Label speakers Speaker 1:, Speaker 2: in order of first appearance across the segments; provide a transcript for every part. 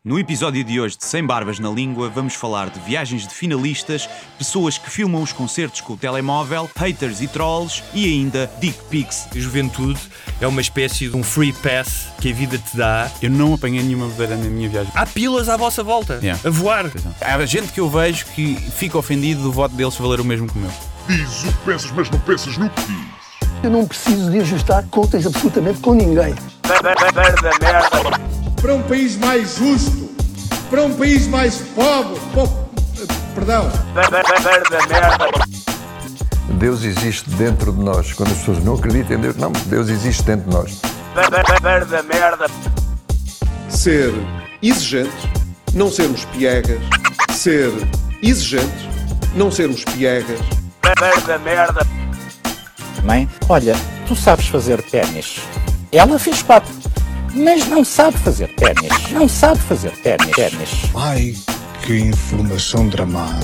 Speaker 1: No episódio de hoje de Sem Barbas na Língua, vamos falar de viagens de finalistas, pessoas que filmam os concertos com o telemóvel, haters e trolls e ainda dick pics.
Speaker 2: A juventude é uma espécie de um free pass que a vida te dá.
Speaker 3: Eu não apanhei nenhuma bebedeira na minha viagem.
Speaker 2: Há pilas à vossa volta, a voar.
Speaker 3: Há gente que eu vejo que fica ofendido do voto deles valer o mesmo que o meu.
Speaker 4: Diz o que pensas, mas não pensas no que diz.
Speaker 5: Eu não preciso de ajustar contas absolutamente com ninguém.
Speaker 6: Para um país mais justo, para um país mais pobre, perdão.
Speaker 7: Deus existe dentro de nós. Quando as pessoas não acreditam em Deus, não, Deus existe dentro de nós.
Speaker 6: Ser exigente, não sermos piegas. Ser exigente, não sermos piegas.
Speaker 8: Mãe, olha, tu sabes fazer ténis. Ela fez 4, mas não sabe fazer ténis. Não sabe fazer ténis.
Speaker 9: Ai, que informação dramática.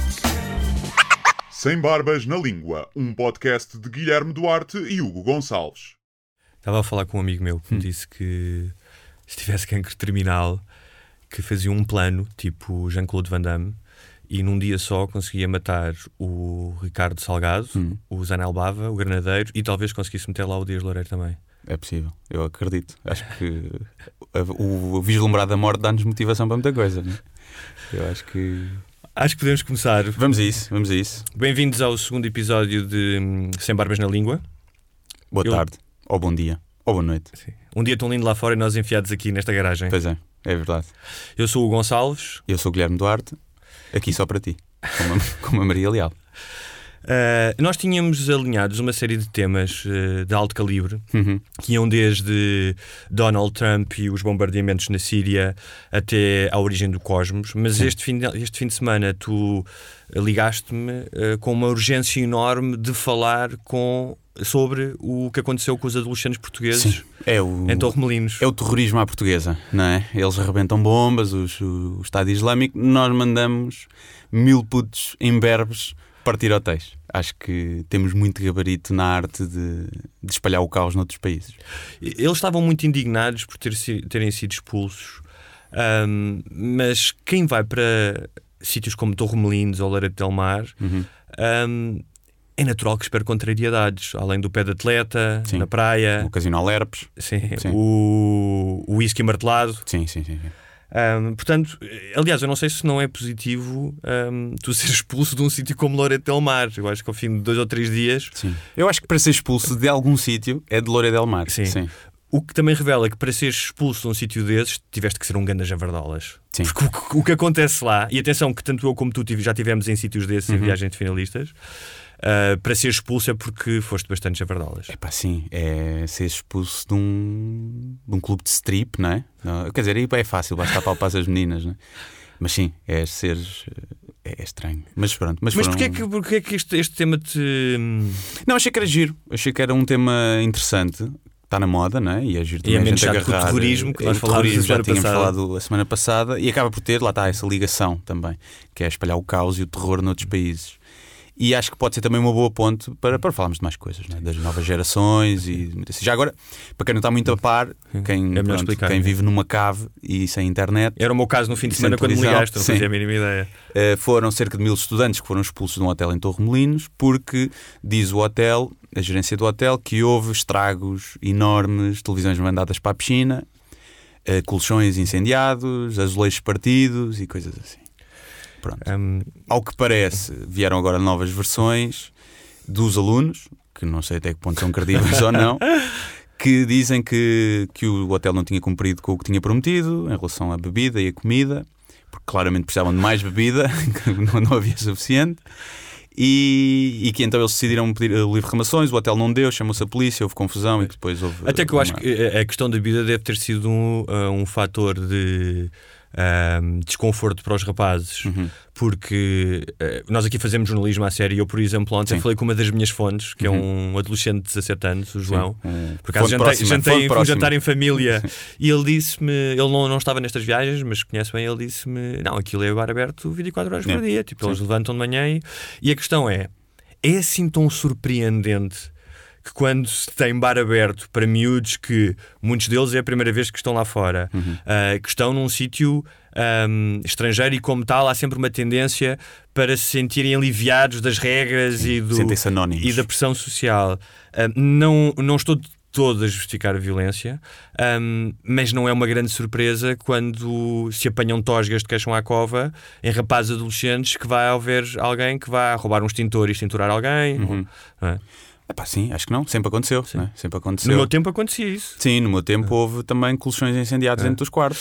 Speaker 4: Sem Barbas na Língua, um podcast de Guilherme Duarte e Hugo Gonçalves.
Speaker 2: Estava a falar com um amigo meu que me disse que se tivesse cancro terminal, que fazia um plano, tipo Jean-Claude Van Damme, e num dia só conseguia matar o Ricardo Salgado, o Zanel Bava, o Granadeiro, e talvez conseguisse meter lá o Dias Loureiro também.
Speaker 3: É possível, eu acredito. Acho que o vislumbrar da morte dá-nos motivação para muita coisa, não é? Eu acho que
Speaker 2: podemos começar.
Speaker 3: Vamos a isso.
Speaker 2: Bem-vindos ao segundo episódio de Sem Barbas na Língua.
Speaker 3: Boa tarde, ou bom dia, ou boa noite.
Speaker 2: Sim. Um dia tão lindo lá fora e nós enfiados aqui nesta garagem.
Speaker 3: Pois é verdade.
Speaker 2: Eu sou o Gonçalves.
Speaker 3: Eu sou o Guilherme Duarte, aqui só para ti, como a Maria Leal.
Speaker 2: Nós tínhamos alinhados uma série de temas de alto calibre, que iam desde Donald Trump e os bombardeamentos na Síria até à origem do cosmos, mas este fim de semana tu ligaste-me com uma urgência enorme de falar sobre o que aconteceu com os adolescentes portugueses em Torremolinos.
Speaker 3: É o terrorismo à portuguesa, não é? Eles arrebentam bombas, o Estado Islâmico, nós mandamos 1000 putos imberbes partir hotéis. Acho que temos muito gabarito na arte de espalhar o caos noutros países.
Speaker 2: Eles estavam muito indignados por terem sido expulsos, mas quem vai para sítios como Torremolinos ou Loreto del Mar, é natural que espere contrariedades, além do pé de atleta, na praia,
Speaker 3: o ocasional herpes,
Speaker 2: o whisky martelado.
Speaker 3: Sim.
Speaker 2: Portanto, aliás, eu não sei se não é positivo tu ser expulso de um sítio como Loreto del Mar. Eu acho que ao fim de 2 ou 3 dias...
Speaker 3: Sim. Eu acho que para ser expulso de algum sítio é de Loreto del Mar.
Speaker 2: Sim. O que também revela que para ser expulso de um sítio desses tiveste que ser um ganda javardolas.
Speaker 3: Sim.
Speaker 2: Porque o que acontece lá, e atenção que tanto eu como tu já tivemos em sítios desses em viagem de finalistas, para ser expulso é porque foste bastante javardolas.
Speaker 3: É ser expulso de um clube de strip, não é? Quer dizer, aí é fácil, basta palpar as meninas, não é? Mas sim, é estranho. Mas pronto. Mas
Speaker 2: porquê que este tema te...
Speaker 3: Não, achei que era giro. Achei que era um tema interessante. Está na moda, não é? E é giro também
Speaker 2: a gente
Speaker 3: agarrar.
Speaker 2: O terrorismo, que nós falámos
Speaker 3: já tínhamos falado a semana passada. E acaba por ter, lá está, essa ligação também, que é espalhar o caos e o terror noutros países. E acho que pode ser também uma boa ponte para falarmos de mais coisas, né? Das novas gerações. E já agora, para quem não está muito a par, quem vive numa cave e sem internet.
Speaker 2: Era o meu caso no fim de semana quando me ligaste, não fazia a mínima ideia.
Speaker 3: Foram cerca de 1000 estudantes que foram expulsos de um hotel em Torremolinos porque, diz o hotel, a gerência do hotel, que houve estragos enormes, televisões mandadas para a piscina, colchões incendiados, azulejos partidos e coisas assim. Pronto. Ao que parece, vieram agora novas versões dos alunos, que não sei até que ponto são credíveis ou não, que dizem que o hotel não tinha cumprido com o que tinha prometido em relação à bebida e à comida, porque claramente precisavam de mais bebida, que não havia suficiente, e que então eles decidiram pedir livre reclamações, o hotel não deu, chamou-se a polícia, houve confusão e depois houve...
Speaker 2: Até que eu acho que a questão da bebida deve ter sido um fator de... desconforto para os rapazes, porque nós aqui fazemos jornalismo à série e eu, por exemplo, ontem falei com uma das minhas fontes, que é um adolescente de 17 anos, o João, por acaso jantei um jantar em família e ele disse-me, ele não estava nestas viagens, mas conhece bem, ele disse-me, não, aquilo é agora aberto 24 horas por dia, tipo, eles levantam de manhã e a questão é assim tão surpreendente que quando se tem bar aberto para miúdos que muitos deles é a primeira vez que estão lá fora, que estão num sítio estrangeiro e como tal há sempre uma tendência para se sentirem aliviados das regras e da pressão social. Não estou todo a justificar a violência, mas não é uma grande surpresa quando se apanham tosgas de queixam à cova em rapazes adolescentes que vai haver alguém que vai roubar um extintor e extinturar alguém. Não é?
Speaker 3: Sim, acho que não. Sempre aconteceu. Não é? Sempre aconteceu.
Speaker 2: No meu tempo acontecia isso.
Speaker 3: Sim, no meu tempo houve também colchões incendiados dentro dos quartos.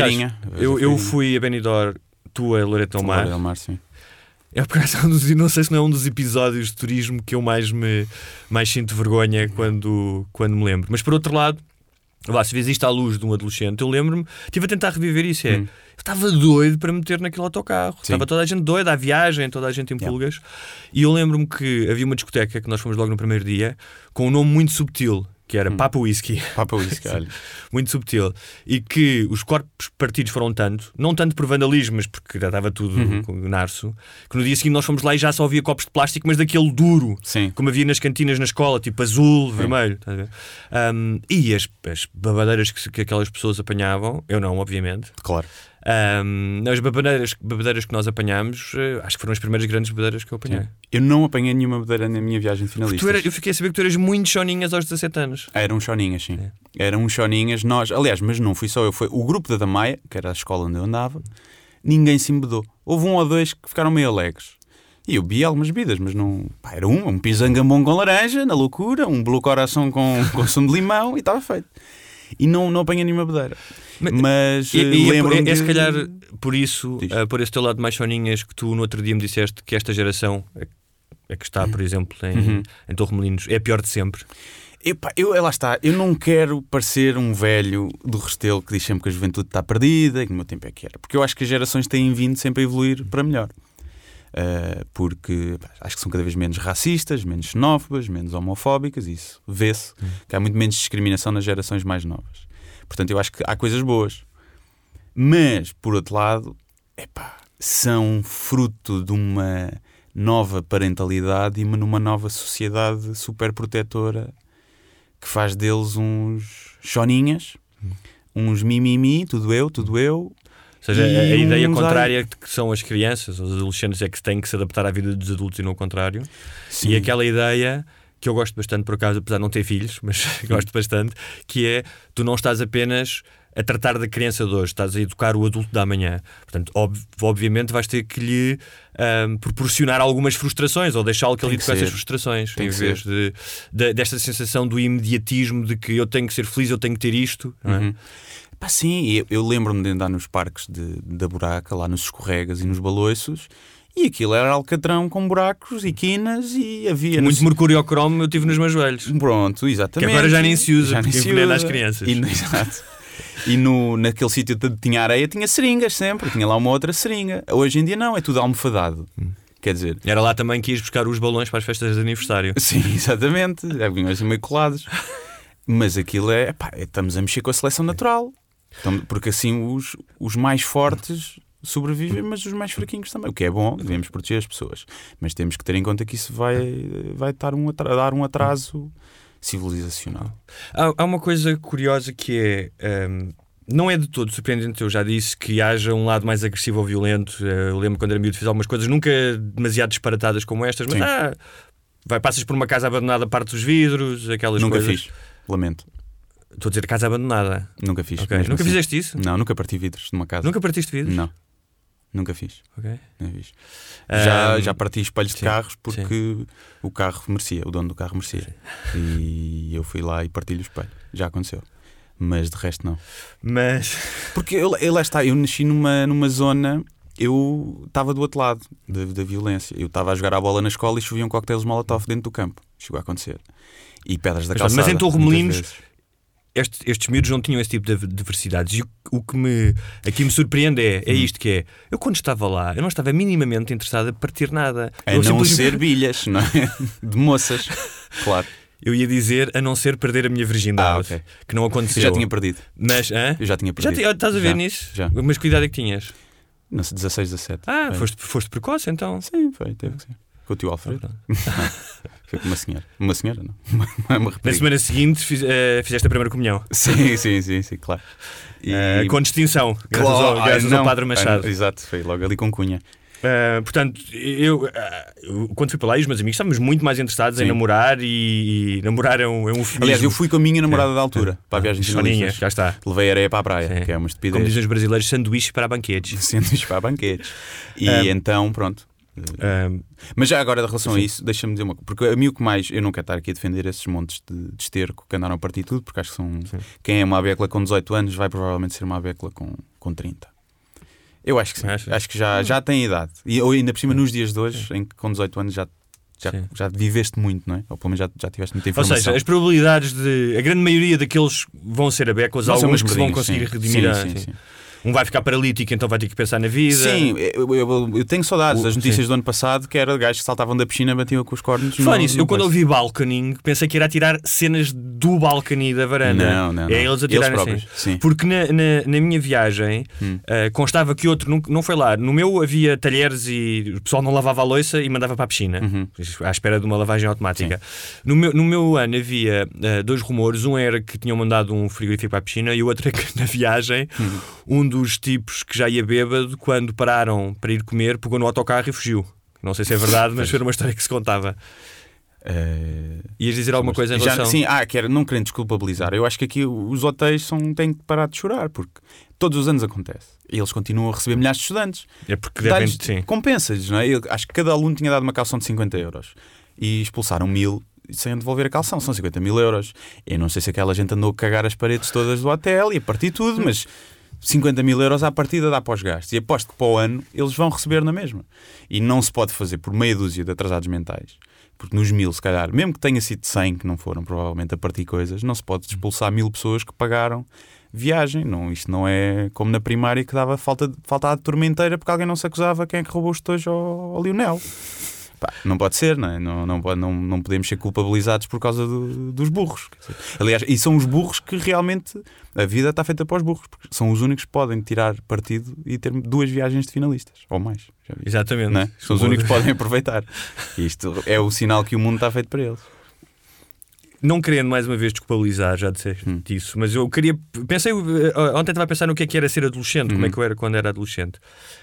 Speaker 2: Eu fui a Benidorm, tu a Loreto ao Mar.
Speaker 3: Sim.
Speaker 2: Por acaso, não sei se não é um dos episódios de turismo que eu mais sinto vergonha quando me lembro. Mas por outro lado, se vês isto à luz de um adolescente, eu lembro-me, estive a tentar reviver isso. Eu estava doido para meter naquele autocarro.
Speaker 3: Sim.
Speaker 2: Estava toda a gente doida à viagem, toda a gente em pulgas. E eu lembro-me que havia uma discoteca que nós fomos logo no primeiro dia com um nome muito subtil, que era Papa Whisky.
Speaker 3: Papa Whisky, olha.
Speaker 2: Muito subtil. E que os corpos partidos foram não tanto por vandalismo, mas porque já estava tudo com narço, que no dia seguinte nós fomos lá e já só havia copos de plástico, mas daquele duro, como havia nas cantinas na escola, tipo azul, vermelho. Tá a ver? E as babadeiras que aquelas pessoas apanhavam, eu não, obviamente.
Speaker 3: Claro.
Speaker 2: As babadeiras que nós apanhámos, acho que foram as primeiras grandes babadeiras que eu apanhei.
Speaker 3: Eu não apanhei nenhuma babadeira na minha viagem de finalistas.
Speaker 2: Eu fiquei a saber que tu eras muito choninhas aos 17 anos.
Speaker 3: Eram choninhas, sim. Eram choninhas. Aliás, mas não fui só eu, foi o grupo da Damaia, que era a escola onde eu andava, ninguém se embedou. Houve um ou dois que ficaram meio alegres. E eu bebi algumas bebidas, mas não. Era um pisangambon com laranja, na loucura, um Blue Coração com sumo de limão e estava feito. E não apanhei nenhuma bedeira. Mas lembro-me
Speaker 2: se calhar por isso, por esse teu lado mais choninhas, que tu no outro dia me disseste que esta geração, a que está, por exemplo, em Torremolinos, é a pior de sempre.
Speaker 3: Lá está, eu não quero parecer um velho do Restelo que diz sempre que a juventude está perdida e que no meu tempo é que era. Porque eu acho que as gerações têm vindo sempre a evoluir para melhor. Porque acho que são cada vez menos racistas, menos xenófobas, menos homofóbicas. Isso vê-se que há muito menos discriminação nas gerações mais novas. Portanto, eu acho que há coisas boas. Mas, por outro lado, são fruto de uma nova parentalidade e numa nova sociedade super protetora que faz deles uns choninhas, uns mimimi, tudo eu.
Speaker 2: Ou seja, a ideia contrária que são as crianças, os adolescentes, é que têm que se adaptar à vida dos adultos e não o contrário. Sim. E aquela ideia que eu gosto bastante, por acaso, apesar de não ter filhos, mas gosto bastante, que é, tu não estás apenas a tratar da criança de hoje, estás a educar o adulto da amanhã. Portanto, obviamente vais ter que lhe proporcionar algumas frustrações ou deixá-lo que ele lide com essas frustrações, em vez desta sensação do imediatismo de que eu tenho que ser feliz, eu tenho que ter isto. Não é?
Speaker 3: Sim, eu lembro-me de andar nos parques da buraca, lá nos escorregas e nos baloiços, e aquilo era alcatrão com buracos e quinas e havia...
Speaker 2: Muito mercúrio cromo eu tive nos meus joelhos.
Speaker 3: Pronto, exatamente.
Speaker 2: Que agora já nem se usa, porque envenena as crianças.
Speaker 3: Exato. E naquele sítio que tinha areia tinha seringas sempre, tinha lá uma outra seringa. Hoje em dia não, é tudo almofadado. Quer dizer...
Speaker 2: Era lá também que ias buscar os balões para as festas de aniversário.
Speaker 3: Sim, exatamente. Já vinham assim meio colados. Mas aquilo estamos a mexer com a seleção natural. Porque assim os mais fortes sobrevivem, mas os mais fraquinhos também. O que é bom, devemos proteger as pessoas. Mas temos que ter em conta que isso vai dar um atraso civilizacional.
Speaker 2: Há uma coisa curiosa que é... não é de todo surpreendente, eu já disse, que haja um lado mais agressivo ou violento. Eu lembro quando era miúdo, fiz algumas coisas nunca demasiado disparatadas como estas, mas passas por uma casa abandonada, parte dos vidros, aquelas coisas.
Speaker 3: Nunca fiz, lamento.
Speaker 2: Estou a dizer casa abandonada.
Speaker 3: Nunca fiz.
Speaker 2: Okay. Nunca fizeste isso?
Speaker 3: Não, nunca parti vidros de uma casa.
Speaker 2: Nunca partiste vidros?
Speaker 3: Não, nunca fiz.
Speaker 2: Okay.
Speaker 3: Não fiz. Já parti espelhos de carros porque o carro merecia, o dono do carro merecia. Sim. E eu fui lá e parti-lhe o espelho. Já aconteceu. Mas de resto não. Porque lá está, eu nasci numa zona, eu estava do outro lado da violência. Eu estava a jogar a bola na escola e choviam coquetéis Molotov dentro do campo. Chegou a acontecer. E pedras da calçada.
Speaker 2: Mas em Torremolinos estes miúdos não tinham esse tipo de diversidades. E o que aqui me surpreende é isto que é. Eu quando estava lá, eu não estava minimamente interessado a partir nada.
Speaker 3: A não ser bilhas, não é? De moças. Claro.
Speaker 2: Eu ia dizer a não ser perder a minha virgindade, que não aconteceu.
Speaker 3: Eu já tinha perdido.
Speaker 2: Mas,
Speaker 3: eu já tinha perdido.
Speaker 2: Estás a ver nisso?
Speaker 3: Já.
Speaker 2: Mas que idade é que tinhas?
Speaker 3: Não sei, 16, 17.
Speaker 2: Foste precoce então?
Speaker 3: Sim, teve que ser. Com o tio Alfredo. Foi com uma senhora. Uma senhora, não. Uma
Speaker 2: Na semana seguinte fizeste a primeira comunhão.
Speaker 3: Sim, claro.
Speaker 2: Com distinção, graças ao Padre Machado.
Speaker 3: Exato, foi logo ali com cunha.
Speaker 2: Portanto, eu quando fui para lá, os meus amigos estávamos muito mais interessados em namorar e namorar é um eufemismo.
Speaker 3: Aliás, eu fui com a minha namorada da altura para a viagem de finalistas.
Speaker 2: Já está.
Speaker 3: Levei areia para a praia, que é uma estupidez.
Speaker 2: Como dizem os brasileiros, sanduíche para banquetes.
Speaker 3: Sanduíche para banquetes. E então, pronto. Mas já agora, em relação a isso, deixa-me dizer uma coisa. Porque a mim o que mais. Eu não quero estar aqui a defender esses montes de esterco que andaram a partir tudo, porque acho que são. Quem é uma abécula com 18 anos vai provavelmente ser uma abécula com 30. Eu acho que sim. Acho que já tem idade. E ou ainda por cima nos dias de hoje, em que com 18 anos já viveste muito, não é? Ou pelo menos já tiveste muita informação.
Speaker 2: Ou seja, as probabilidades de. A grande maioria daqueles vão ser abéculas, alguns que se vão conseguir redimir.
Speaker 3: Sim.
Speaker 2: Um vai ficar paralítico, então vai ter que pensar na vida.
Speaker 3: Sim, eu tenho saudades das notícias do ano passado, que era gajos que saltavam da piscina e batiam com os cornos.
Speaker 2: Eu quando ouvi balconing pensei que era a tirar cenas do balcony da varanda.
Speaker 3: Não.
Speaker 2: É eles a tirarem assim. Porque na minha viagem constava que outro não foi lá. No meu havia talheres e o pessoal não lavava a louça e mandava para a piscina, à espera de uma lavagem automática. No meu ano havia dois rumores. Um era que tinham mandado um frigorífico para a piscina e o outro é que na viagem um dos tipos que já ia bêbado, quando pararam para ir comer, pegou no autocarro e fugiu. Não sei se é verdade, mas foi uma história que se contava. Ias dizer alguma coisa em relação?
Speaker 3: Sim, não querendo desculpabilizar. Eu acho que aqui os hotéis têm que parar de chorar, porque todos os anos acontece. E eles continuam a receber milhares de estudantes.
Speaker 2: É porque devem,
Speaker 3: compensa-lhes, não é? Acho que cada aluno tinha dado uma calção de 50 euros e expulsaram 1000 sem devolver a calção. São 50 mil euros. Eu não sei se aquela gente andou a cagar as paredes todas do hotel e a partir de tudo, mas 50 mil euros à partida dá para os gastos. E aposto que para o ano eles vão receber na mesma. E não se pode fazer por meia dúzia de atrasados mentais. Porque nos 1000, se calhar, mesmo que tenha sido 100 que não foram provavelmente a partir coisas, não se pode expulsar 1000 pessoas que pagaram viagem. Isto não é como na primária que faltava de turma inteira porque alguém não se acusava quem é que roubou os tojos ao Lionel. Não pode ser, não é? Não podemos ser culpabilizados por causa dos burros. Aliás, e são os burros que realmente a vida está feita para os burros, porque são os únicos que podem tirar partido e ter 2 viagens de finalistas ou mais.
Speaker 2: Exatamente.
Speaker 3: Não é? São os únicos que podem aproveitar. E isto é o sinal que o mundo está feito para eles.
Speaker 2: Não querendo mais uma vez desculpabilizar, já disseste isso, mas eu queria. Pensei, ontem estava a pensar no que era ser adolescente, como é que eu era quando era adolescente.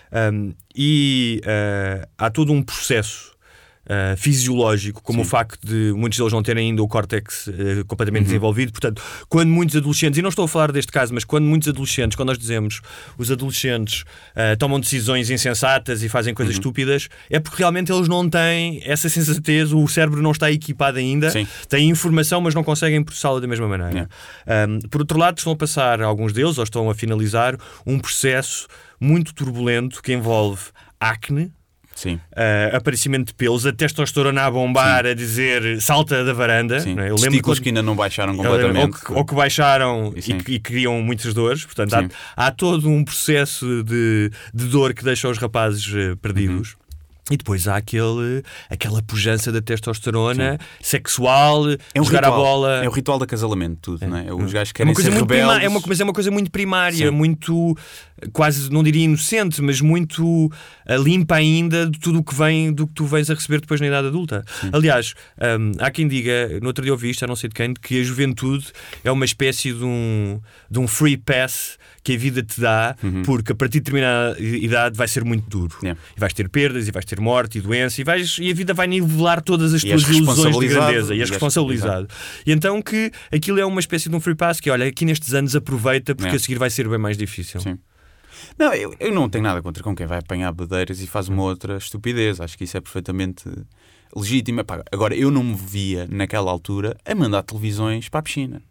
Speaker 2: Há todo um processo fisiológico, como o facto de muitos deles não terem ainda o córtex completamente desenvolvido. Portanto, quando muitos adolescentes, e não estou a falar deste caso, mas quando muitos adolescentes, quando nós dizemos os adolescentes tomam decisões insensatas e fazem coisas estúpidas, é porque realmente eles não têm essa sensatez, o cérebro não está equipado ainda, têm informação, mas não conseguem processá-la da mesma maneira. Por outro lado, estão a passar, alguns deles, ou estão a finalizar, um processo muito turbulento que envolve acne, aparecimento de pelos, a testosterona a bombar, a dizer salta da varanda.
Speaker 3: Não é? Eu lembro que ainda não baixaram completamente.
Speaker 2: Ou que baixaram e criam muitas dores. Portanto, há todo um processo de dor que deixa os rapazes perdidos. E depois há aquela pujança da testosterona sexual, jogar a bola.
Speaker 3: É o ritual de acasalamento, tudo, não é? Os gajos querem ser rebeldes.
Speaker 2: É uma coisa muito primária, muito, quase não diria inocente, mas muito limpa ainda de tudo o que vem, do que tu vens a receber depois na idade adulta. Aliás, há quem diga, no outro dia ouvi isto, não sei de quem, que a juventude é uma espécie de um free pass que a vida te dá, porque a partir de determinada idade vai ser muito duro. E vais ter perdas, e vais ter morte e doença, e a vida vai nivelar todas as tuas ilusões de grandeza e és responsabilizado. E então que aquilo é uma espécie de um free pass que, olha, aqui nestes anos aproveita, porque a seguir vai ser bem mais difícil.
Speaker 3: Não, eu não tenho nada contra com quem vai apanhar bedeiras e faz uma outra estupidez. Acho que isso é perfeitamente legítimo. Agora, eu não me via naquela altura a mandar televisões para a piscina.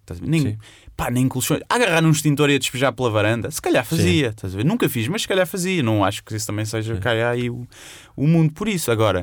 Speaker 3: Nem colchões. Agarrar num extintor e a despejar pela varanda. Se calhar fazia. Estás a ver? Nunca fiz, mas se calhar fazia. Não acho que isso também seja caia aí o mundo por isso. Agora,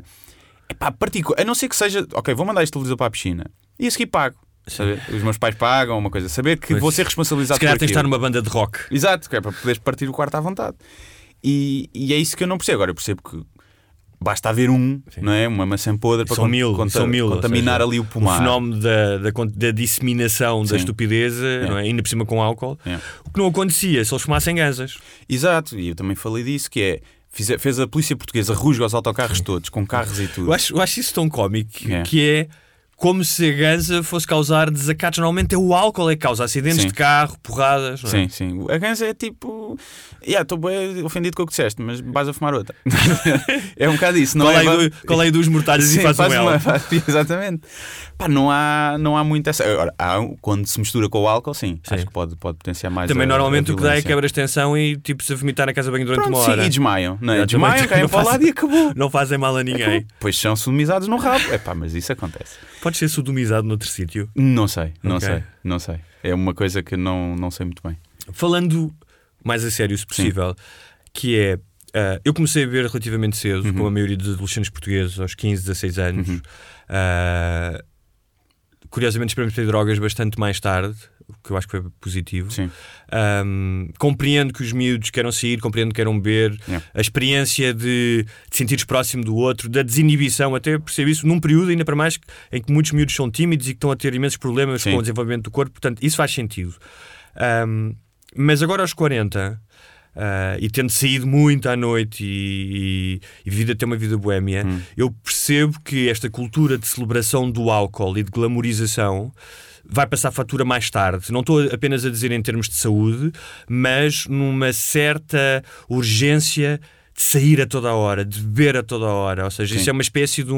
Speaker 3: a não ser que seja, ok, vou mandar este televisor para a piscina e a seguir pago. Os meus pais pagam uma coisa. Saber que vou ser responsabilizado por aquilo. Se calhar
Speaker 2: tens de estar numa banda de rock.
Speaker 3: Exato, que é para poderes partir o quarto à vontade. E é isso que eu não percebo. Agora eu percebo que basta haver não é? Uma maçã podre para contaminar ali o pomar.
Speaker 2: O fenómeno da disseminação da estupidez, não é? Ainda por cima com álcool, o que não acontecia se eles fumassem ganzas.
Speaker 3: Exato, e eu também falei disso, que é Fez a polícia portuguesa rusga os autocarros todos, com carros e tudo.
Speaker 2: Eu acho isso tão cómico, que é como se a ganza fosse causar desacatos. Normalmente é o álcool que causa acidentes de carro, porradas. Não é?
Speaker 3: Sim. A ganza é tipo... Estou bem ofendido com o que disseste, mas vais a fumar outra. É um bocado isso.
Speaker 2: Qual é dos mortalhas e faz ela?
Speaker 3: Exatamente. Pá, não há muito essa... Agora, quando se mistura com o álcool, sim. Acho que pode potenciar mais.
Speaker 2: Também normalmente o que dá é quebras de tensão e tipo se a vomitar na casa bem durante uma hora.
Speaker 3: Sim, e desmaiam. Não é? Desmaiam, caem para o lado e acabou.
Speaker 2: Não fazem mal a ninguém.
Speaker 3: Pois são sodomizados no rabo. Mas isso acontece.
Speaker 2: Pode ser sodomizado noutro sítio?
Speaker 3: Não sei. É uma coisa que não sei muito bem.
Speaker 2: Falando mais a sério, se possível, que é... eu comecei a beber relativamente cedo, como a maioria dos adolescentes portugueses, aos 15, 16 anos. Curiosamente experimentei drogas bastante mais tarde, o que eu acho que foi positivo. Compreendo que os miúdos queiram sair, compreendo que queiram beber. A experiência de sentires próximo do outro, da desinibição, até percebo isso num período ainda para mais em que muitos miúdos são tímidos e que estão a ter imensos problemas com o desenvolvimento do corpo. Portanto, isso faz sentido. Mas agora aos 40... e tendo saído muito à noite e vivido a ter uma vida boémia, eu percebo que esta cultura de celebração do álcool e de glamourização vai passar fatura mais tarde. Não estou apenas a dizer em termos de saúde, mas numa certa urgência de sair a toda a hora, de beber a toda a hora. Ou seja, isso é uma espécie de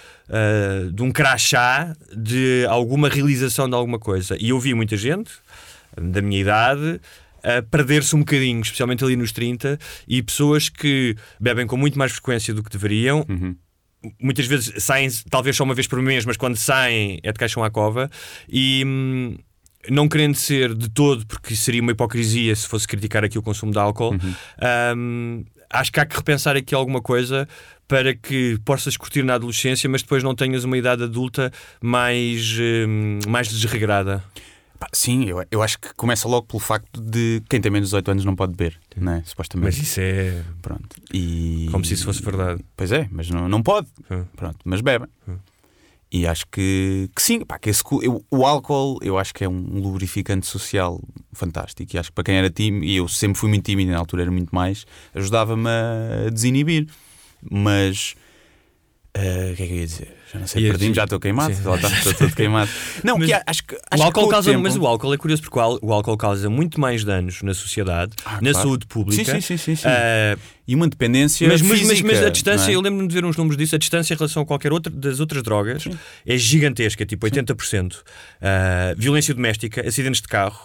Speaker 2: um crachá de alguma realização de alguma coisa. E eu vi muita gente da minha idade a perder-se um bocadinho, especialmente ali nos 30, e pessoas que bebem com muito mais frequência do que deveriam. Muitas vezes saem, talvez só uma vez por mês, mas quando saem é de caixão à cova. E não querendo ser de todo, porque seria uma hipocrisia se fosse criticar aqui o consumo de álcool, acho que há que repensar aqui alguma coisa para que possas curtir na adolescência, mas depois não tenhas uma idade adulta mais desregrada.
Speaker 3: Sim, eu acho que começa logo pelo facto de quem tem menos de 18 anos não pode beber, não é? Supostamente.
Speaker 2: Mas isso é...
Speaker 3: Pronto.
Speaker 2: Como se isso fosse verdade.
Speaker 3: Pois é, mas não pode. Pronto, mas bebem. E acho que sim, que o álcool eu acho que é um lubrificante social fantástico. E acho que para quem era tímido, e eu sempre fui muito tímido, na altura era muito mais, ajudava-me a desinibir. Mas... o que é que eu ia dizer? Já não sei, perdi-me, já estou queimado. Estou todo queimado. Não,
Speaker 2: mas
Speaker 3: acho que
Speaker 2: o álcool
Speaker 3: causa.
Speaker 2: Mas o álcool é curioso porque o álcool causa muito mais danos na sociedade, na saúde pública.
Speaker 3: Sim. E uma dependência física.
Speaker 2: Mas a distância, eu lembro-me de ver uns números disso, a distância em relação a qualquer outra das outras drogas é gigantesca, tipo 80%. Violência doméstica, acidentes de carro.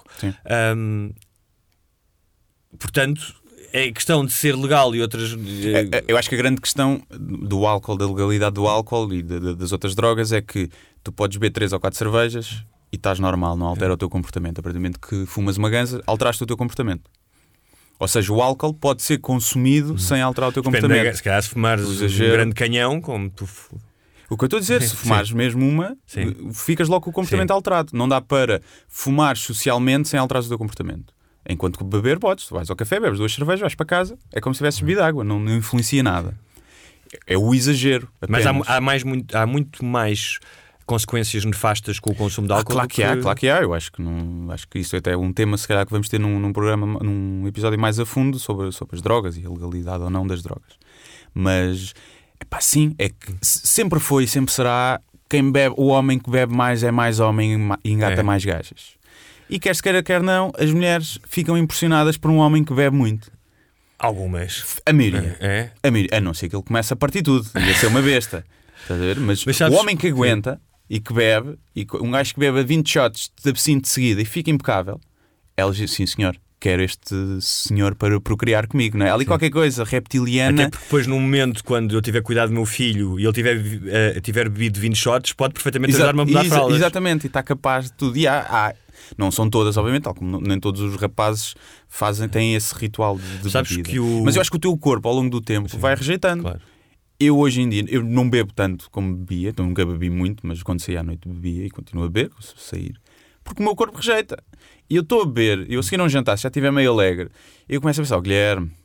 Speaker 2: Portanto, é questão de ser legal e outras...
Speaker 3: Eu acho que a grande questão do álcool, da legalidade do álcool e das outras drogas é que tu podes beber 3 ou 4 cervejas e estás normal, não altera o teu comportamento. A partir do momento que fumas uma ganza, alteraste o teu comportamento. Ou seja, o álcool pode ser consumido sem alterar o teu comportamento.
Speaker 2: Se calhar se fumares um grande canhão, como tu...
Speaker 3: O que eu estou a dizer, se fumares mesmo uma, ficas logo com o comportamento alterado. Não dá para fumar socialmente sem alterar o teu comportamento. Enquanto que beber podes, tu vais ao café, bebes 2 cervejas, vais para casa, é como se tivesses bebido água, não influencia nada. É o exagero apenas.
Speaker 2: Mas há muito mais consequências nefastas com o consumo de álcool.
Speaker 3: Claro que há. Eu acho que isso até é um tema, se calhar, que vamos ter num programa, num episódio mais a fundo sobre as drogas e a legalidade ou não das drogas. Mas, sim, é que sempre foi e sempre será, quem bebe, o homem que bebe mais é mais homem e engata mais gajas. E quer se queira, quer não, as mulheres ficam impressionadas por um homem que bebe muito.
Speaker 2: Algumas.
Speaker 3: A maioria. A maioria. A não ser que ele comece a partir tudo. Ia ser uma besta. Estás a ver? Mas sabes, o homem que aguenta e que bebe, e um gajo que bebe 20 shots de absinto de seguida e fica impecável, ela diz, sim senhor, quero este senhor para procriar comigo, não é? Ali qualquer coisa reptiliana.
Speaker 2: Até porque depois, num momento, quando eu tiver cuidado do meu filho e ele tiver bebido 20 shots, pode perfeitamente ajudar-me a mudar fraldas.
Speaker 3: Exatamente, e está capaz de tudo. E não são todas, obviamente, tal como nem todos os rapazes têm esse ritual de bebida. Mas eu acho que o teu corpo, ao longo do tempo, vai rejeitando. Claro. Eu, hoje em dia, eu não bebo tanto como bebia, então nunca bebi muito, mas quando saía à noite bebia e continuo a beber, se sair. Porque o meu corpo rejeita. E eu estou a beber, eu a seguir a um jantar, se já estiver meio alegre, eu começo a pensar, Guilherme,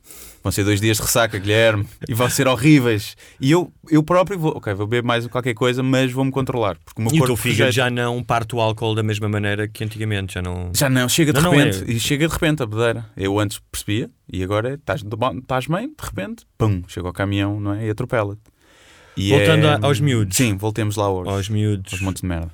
Speaker 3: vão ser 2 dias de ressaca, Guilherme, e vão ser horríveis. E eu próprio vou beber mais qualquer coisa, mas vou-me controlar. Porque o meu
Speaker 2: e
Speaker 3: corpo
Speaker 2: o teu fígado já não parte o álcool da mesma maneira que antigamente, já não
Speaker 3: chega de repente. E chega de repente a bedeira. Eu antes percebia, e agora estás bem, de repente, pum, chega ao caminhão, não é? E atropela-te.
Speaker 2: Voltando aos miúdos.
Speaker 3: Sim, voltemos lá
Speaker 2: aos miúdos.
Speaker 3: Aos montes de merda.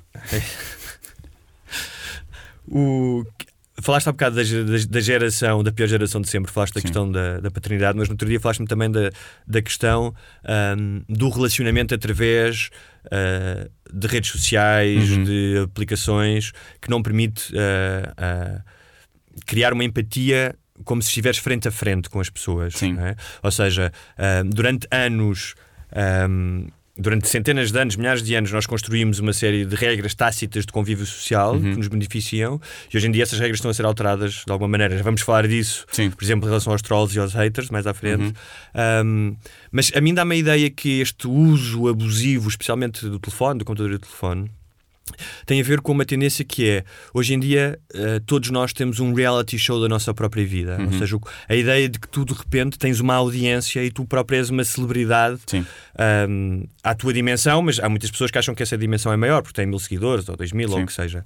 Speaker 2: Falaste há bocado da geração, da pior geração de sempre, falaste da questão da paternidade, mas no outro dia falaste-me também da questão do relacionamento através de redes sociais, de aplicações, que não permite criar uma empatia como se estiveres frente a frente com as pessoas. Não é? Ou seja, durante anos... durante centenas de anos, milhares de anos, nós construímos uma série de regras tácitas de convívio social que nos beneficiam, e hoje em dia essas regras estão a ser alteradas de alguma maneira. Já vamos falar disso, por exemplo, em relação aos trolls e aos haters, mais à frente. Mas a mim dá-me a ideia que este uso abusivo, especialmente do telefone, do computador e do telefone, tem a ver com uma tendência que é, hoje em dia, todos nós temos um reality show da nossa própria vida. Ou seja, a ideia de que tu de repente tens uma audiência e tu próprio és uma celebridade à tua dimensão, mas há muitas pessoas que acham que essa dimensão é maior, porque têm 1000 seguidores ou 2000 ou o que seja.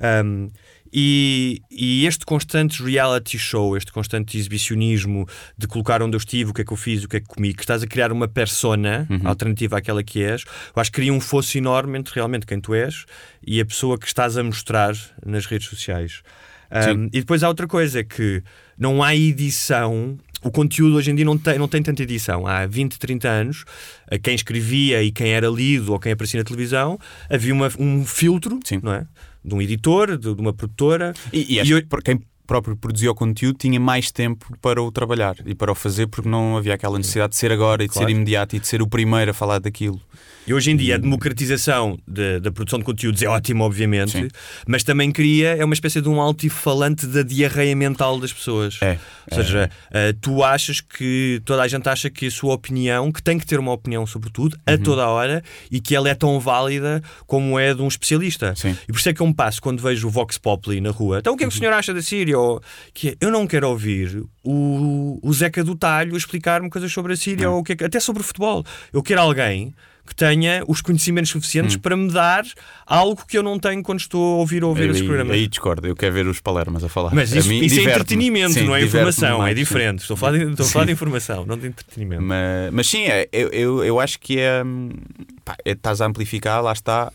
Speaker 2: E este constante reality show, este constante exibicionismo de colocar onde eu estive, o que é que eu fiz, o que é que comi, que estás a criar uma persona alternativa àquela que és, eu acho que cria um fosso enorme entre realmente quem tu és e a pessoa que estás a mostrar nas redes sociais. E depois há outra coisa, é que não há edição. O conteúdo hoje em dia não tem tanta edição. Há 20, 30 anos, quem escrevia e quem era lido ou quem aparecia na televisão, havia um filtro, não é? De um editor, de uma produtora.
Speaker 3: E acho que quem próprio produzia o conteúdo tinha mais tempo para o trabalhar e para o fazer, porque não havia aquela necessidade de ser agora e de ser imediato e de ser o primeiro a falar daquilo.
Speaker 2: E hoje em dia a democratização da produção de conteúdos é ótima, obviamente, mas também é uma espécie de um altifalante da diarreia mental das pessoas. Ou seja, tu achas que toda a gente acha que a sua opinião, que tem que ter uma opinião sobre tudo, a toda a hora, e que ela é tão válida como é de um especialista. E por isso é que eu me passo, quando vejo o Vox Populi na rua, então o que é que o senhor acha da Síria? Ou, eu não quero ouvir o Zeca do Talho explicar-me coisas sobre a Síria, ou até sobre o futebol. Eu quero alguém que tenha os conhecimentos suficientes para me dar algo que eu não tenho quando estou a ouvir esses programas.
Speaker 3: Aí discordo, eu quero ver os Palermas a falar.
Speaker 2: Mas isso é entretenimento, não é informação, é diferente. Estou a falar de informação, não de entretenimento.
Speaker 3: Mas sim, eu acho que estás a amplificar, lá está,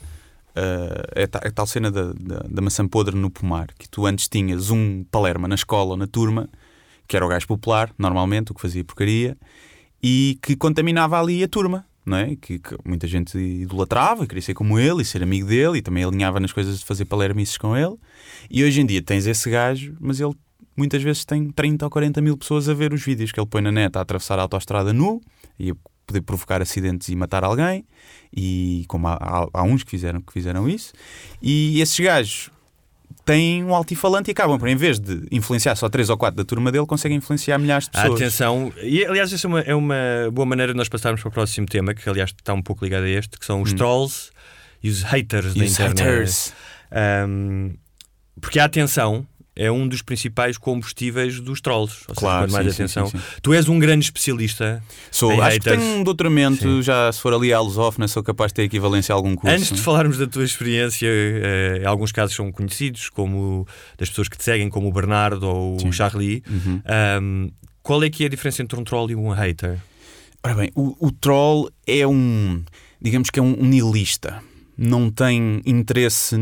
Speaker 3: a tal cena da maçã podre no pomar, que tu antes tinhas um Palerma na escola ou na turma, que era o gajo popular, normalmente, o que fazia porcaria, e que contaminava ali a turma. Não é? Que muita gente idolatrava, queria ser como ele e ser amigo dele, e também alinhava nas coisas de fazer palermices com ele. E hoje em dia tens esse gajo, mas ele muitas vezes tem 30 ou 40 mil pessoas a ver os vídeos que ele põe na net a atravessar a autoestrada nu e a poder provocar acidentes e matar alguém, e como há uns que fizeram isso. E esses gajos têm um altifalante e acabam por, em vez de influenciar só 3 ou 4 da turma dele, conseguem influenciar milhares de pessoas.
Speaker 2: Atenção, e aliás essa é uma boa maneira de nós passarmos para o próximo tema, que aliás está um pouco ligado a este, que são os trolls e os haters da internet. Porque a atenção é um dos principais combustíveis dos trolls. Ou seja, quanto mais atenção. Sim. Tu és um grande especialista.
Speaker 3: Acho que tenho um doutoramento, já se for ali à lusófona, sou capaz de ter equivalência a algum curso.
Speaker 2: Antes de falarmos da tua experiência, alguns casos são conhecidos, como das pessoas que te seguem, como o Bernardo ou o Charlie. Qual é que é a diferença entre um troll e um hater?
Speaker 3: Ora bem, o troll é digamos que é um nihilista. Não tem interesse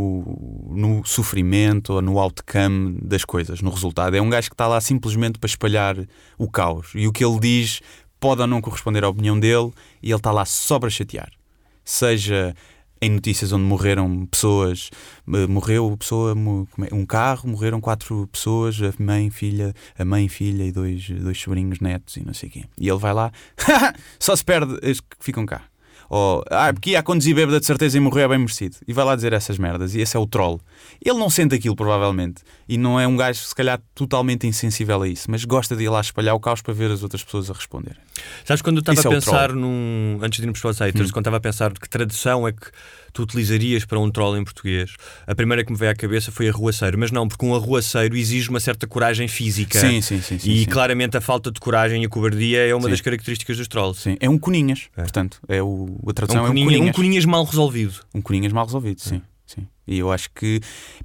Speaker 3: no sofrimento ou no outcome das coisas, no resultado. É um gajo que está lá simplesmente para espalhar o caos. E o que ele diz pode ou não corresponder à opinião dele, e ele está lá só para chatear. Seja em notícias onde morreram pessoas, um carro, morreram 4 pessoas, a mãe, filha e dois sobrinhos netos e não sei o quê. E ele vai lá, só se perde as que ficam cá. Ou porque ia a conduzir bêbada de certeza e morreu, é bem merecido. E vai lá dizer essas merdas. E esse é o troll. Ele não sente aquilo, provavelmente. E não é um gajo, se calhar, totalmente insensível a isso. Mas gosta de ir lá espalhar o caos para ver as outras pessoas a responder.
Speaker 2: Sabes, quando eu estava a pensar antes de irmos para os haters, quando estava a pensar que tradução é que tu utilizarias para um troll em português, a primeira que me veio à cabeça foi arruaceiro. Mas não, porque um arruaceiro exige uma certa coragem física.
Speaker 3: Sim.
Speaker 2: E claramente a falta de coragem e a cobardia é uma das características dos trolls.
Speaker 3: Sim, é um coninhas. Portanto, a tradução é um coninhas.
Speaker 2: Um coninhas mal resolvido.
Speaker 3: Um coninhas mal resolvido, sim. E eu acho que...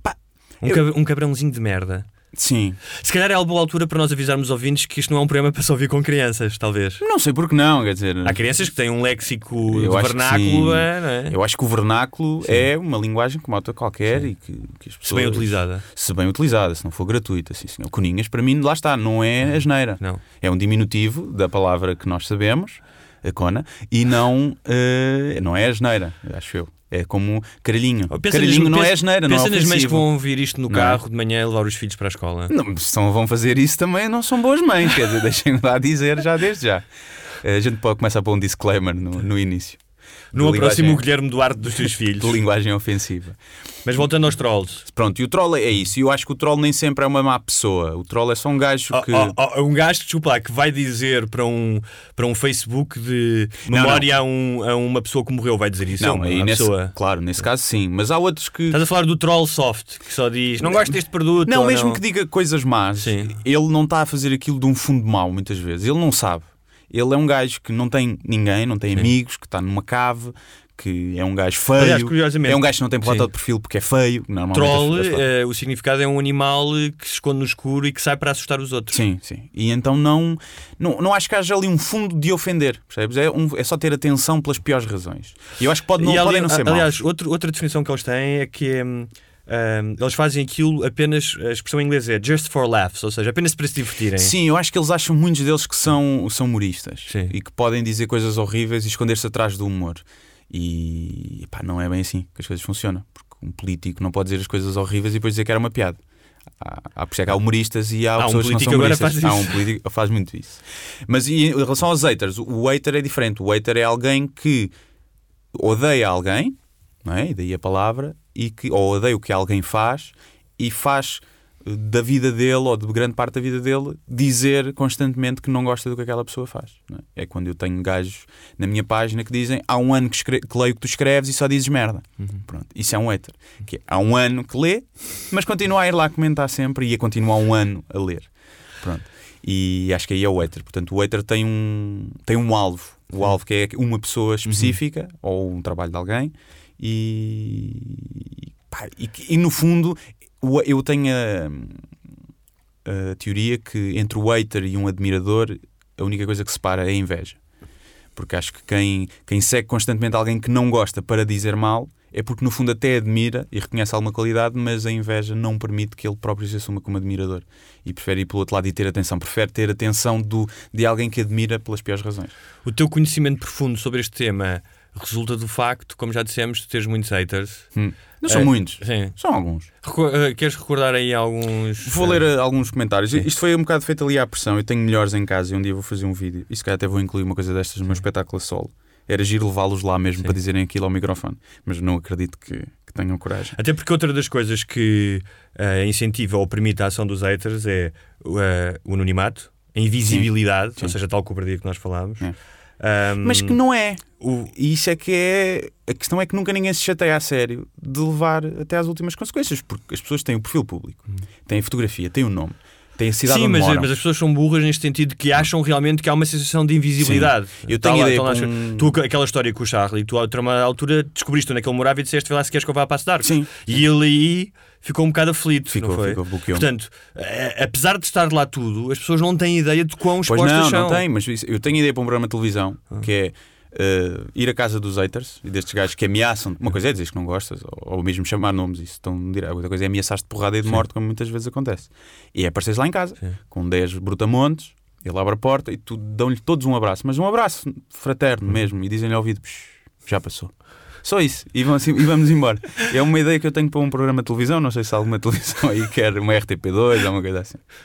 Speaker 2: Um cabrãozinho de merda.
Speaker 3: Sim.
Speaker 2: Se calhar é a boa altura para nós avisarmos os ouvintes que isto não é um programa para se ouvir com crianças, talvez.
Speaker 3: Não sei porque não, quer dizer...
Speaker 2: Há crianças que têm um léxico de vernáculo, não é?
Speaker 3: Eu acho que o vernáculo é uma linguagem como outra qualquer e que as pessoas...
Speaker 2: Se bem utilizada.
Speaker 3: Se bem utilizada, se não for gratuita, sim, senhor. Coninhas, para mim, lá está, não é asneira.
Speaker 2: Não.
Speaker 3: É um diminutivo da palavra que nós sabemos, a cona, e não é asneira, acho eu. É como caralhinho. Caralhinho não é asneira, não é ofensivo.
Speaker 2: Pensa nas mães que vão ouvir isto no carro de manhã e levar os filhos para a escola.
Speaker 3: Não, se não vão fazer isso também não são boas mães, quer dizer, deixem-me lá dizer já desde já. A gente pode começar a pôr um disclaimer no início.
Speaker 2: No próximo Guilherme Duarte dos teus filhos.
Speaker 3: De linguagem ofensiva.
Speaker 2: Mas voltando aos trolls.
Speaker 3: Pronto, e o troll é isso. E eu acho que o troll nem sempre é uma má pessoa. O troll é só um gajo que...
Speaker 2: Um gajo, desculpa lá, que vai dizer para um Facebook de memória não. A uma pessoa que morreu, vai dizer isso.
Speaker 3: Não, pessoa. Claro, nesse caso sim. Mas há outros que...
Speaker 2: Estás a falar do troll soft, que só diz, não gosto deste produto.
Speaker 3: Não, mesmo que diga coisas más, sim. Ele não está a fazer aquilo de um fundo mau, muitas vezes. Ele não sabe. Ele é um gajo que não tem ninguém, não tem amigos, que está numa cave, que é um gajo feio. Aliás, curiosamente, é um gajo que não tem foto de perfil porque é feio.
Speaker 2: Troll, o significado é um animal que se esconde no escuro e que sai para assustar os outros.
Speaker 3: Sim. E então não acho que haja ali um fundo de ofender, percebes? É só ter atenção pelas piores razões. E eu acho que podem não ser maus.
Speaker 2: Aliás, outra definição que eles têm é que eles fazem aquilo apenas, a expressão em inglês é just for laughs, ou seja, apenas para se divertirem.
Speaker 3: Sim, eu acho que eles acham, muitos deles, que são humoristas.
Speaker 2: Sim.
Speaker 3: E que podem dizer coisas horríveis e esconder-se atrás do humor. E não é bem assim que as coisas funcionam, porque um político não pode dizer as coisas horríveis e depois dizer que era uma piada. Por isso é que há humoristas e há pessoas que não são humoristas.
Speaker 2: Há
Speaker 3: um político que faz muito isso. Mas em relação aos haters, o hater é diferente. O hater é alguém que odeia alguém, não é? E daí a palavra, ou odeia o que alguém faz e faz da vida dele, ou de grande parte da vida dele, dizer constantemente que não gosta do que aquela pessoa faz, não é? É quando eu tenho gajos na minha página que dizem há um ano que leio que tu escreves e só dizes merda. Pronto, isso é um hater. Que há um ano que lê, mas continua a ir lá comentar sempre e a continuar um ano a ler. Pronto. E acho que aí é o hater. Portanto, o hater tem um alvo. O alvo que é uma pessoa específica ou um trabalho de alguém e no fundo eu tenho a teoria que entre o hater e um admirador a única coisa que separa é a inveja. Porque acho que quem segue constantemente alguém que não gosta para dizer mal é porque no fundo até admira e reconhece alguma qualidade, mas a inveja não permite que ele próprio se assuma como admirador e prefere ir pelo outro lado e ter atenção. Prefere ter atenção de alguém que admira pelas piores razões.
Speaker 2: O teu conhecimento profundo sobre este tema resulta do facto, como já dissemos, de teres muitos haters.
Speaker 3: Não são muitos,
Speaker 2: sim.
Speaker 3: São alguns.
Speaker 2: Queres recordar aí alguns?
Speaker 3: Vou ler alguns comentários. Sim. Isto foi um bocado feito ali à pressão. Eu tenho melhores em casa e um dia vou fazer um vídeo. E se calhar até vou incluir uma coisa destas no meu espetáculo a solo. Era giro levá-los lá mesmo para dizerem aquilo ao microfone. Mas não acredito que tenham coragem.
Speaker 2: Até porque outra das coisas que incentiva ou permite a ação dos haters é o anonimato, a invisibilidade, ou seja, tal cobardia que nós falámos.
Speaker 3: Mas que não é. E isso é que é. A questão é que nunca ninguém se chateia a sério de levar até às últimas consequências, porque as pessoas têm o perfil público, têm a fotografia, têm o nome, têm a cidade onde moram.
Speaker 2: Mas as pessoas são burras neste sentido de que acham realmente que há uma sensação de invisibilidade.
Speaker 3: Sim. Eu tenho ideia
Speaker 2: aquela história com o Charlie, tu a uma altura descobriste onde é que ele morava e disseste, vê lá se queres que eu vá para a cidade.
Speaker 3: Sim.
Speaker 2: E ele aí ficou um bocado aflito.
Speaker 3: Ficou
Speaker 2: Portanto, apesar de estar lá tudo, as pessoas não têm ideia de quão expostas são.
Speaker 3: Não têm, mas eu tenho ideia para um programa de televisão que é ir à casa dos haters e destes gajos que ameaçam. Uma coisa é dizer que não gostas, ou mesmo chamar nomes, isso tão direto. Outra coisa é ameaçar-te de porrada e de morte, como muitas vezes acontece. E é apareceres lá em casa com 10 brutamontes, ele abre a porta e tu dão-lhe todos um abraço, mas um abraço fraterno mesmo, e dizem-lhe ao ouvido: já passou. Só isso, e vamos embora. É uma ideia que eu tenho para um programa de televisão. Não sei se há alguma televisão aí quer uma RTP2 ou uma coisa assim.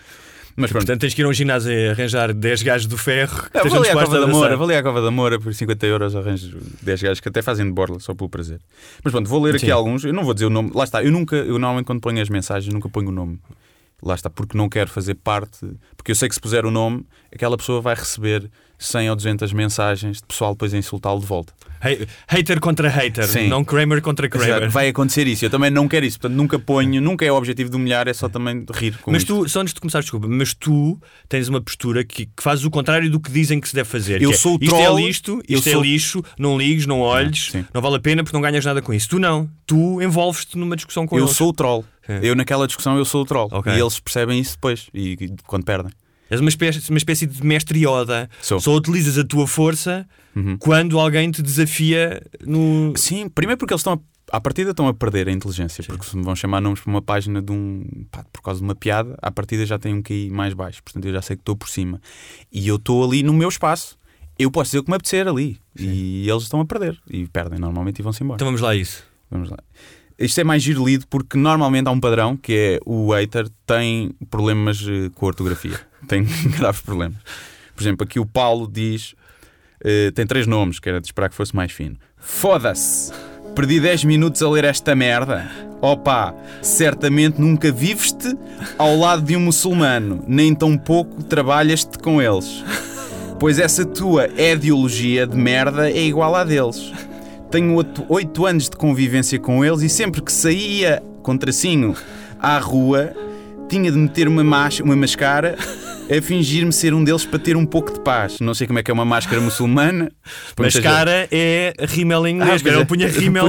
Speaker 3: Mas pronto.
Speaker 2: Portanto, tens que ir a um ginásio e arranjar 10 gajos do ferro.
Speaker 3: Vou ali à Cova da Moura por 50 euros, arranjo 10 gajos que até fazem de borla só pelo prazer. Mas pronto, vou ler aqui alguns. Eu não vou dizer o nome. Lá está, eu normalmente quando ponho as mensagens nunca ponho o nome. Lá está, porque não quero fazer parte. Porque eu sei que se puser o nome, aquela pessoa vai receber 100 ou 200 mensagens de pessoal depois a insultá-lo de volta.
Speaker 2: Hater contra hater, sim. Não Kramer contra Kramer.
Speaker 3: Exato. Vai acontecer isso. Eu também não quero isso. Portanto, nunca é o objetivo de humilhar, é só também de rir com
Speaker 2: mas
Speaker 3: isto.
Speaker 2: Tu, só antes de começar, desculpa, mas tu tens uma postura que fazes o contrário do que dizem que se deve fazer.
Speaker 3: Eu sou o troll.
Speaker 2: Isto é lixo, não ligues, não olhes, não vale a pena porque não ganhas nada com isso. Tu não. Tu envolves-te numa discussão com eles.
Speaker 3: Eu sou o troll. Eu naquela discussão eu sou o troll.
Speaker 2: Okay.
Speaker 3: E eles percebem isso depois, e quando perdem.
Speaker 2: És uma espécie de mestre Yoda. Só utilizas a tua força quando alguém te desafia no...
Speaker 3: Sim, primeiro porque eles à partida estão a perder a inteligência. Sim. Porque se me vão chamar nomes para uma página por causa de uma piada, à partida já tem um QI mais baixo. Portanto eu já sei que estou por cima. E eu estou ali no meu espaço. Eu posso dizer o que me apetecer ali. Sim. E eles estão a perder. E perdem normalmente e vão-se embora.
Speaker 2: Então vamos lá a isso.
Speaker 3: Vamos lá. Isto é mais giro lido porque normalmente há um padrão que é o hater tem problemas com a ortografia. Tem graves problemas. Por exemplo, aqui o Paulo diz... tem 3 nomes, que era de esperar que fosse mais fino. Foda-se! Perdi 10 minutos a ler esta merda. Opa, certamente nunca viveste ao lado de um muçulmano, nem tão pouco trabalhaste com eles. Pois essa tua ideologia de merda é igual à deles. Tenho 8 anos de convivência com eles e sempre que saía com tracinho à rua tinha de meter uma máscara a fingir-me ser um deles para ter um pouco de paz. Não sei como é que é uma máscara muçulmana.
Speaker 2: Máscara é rímel em inglês. Eu punha rímel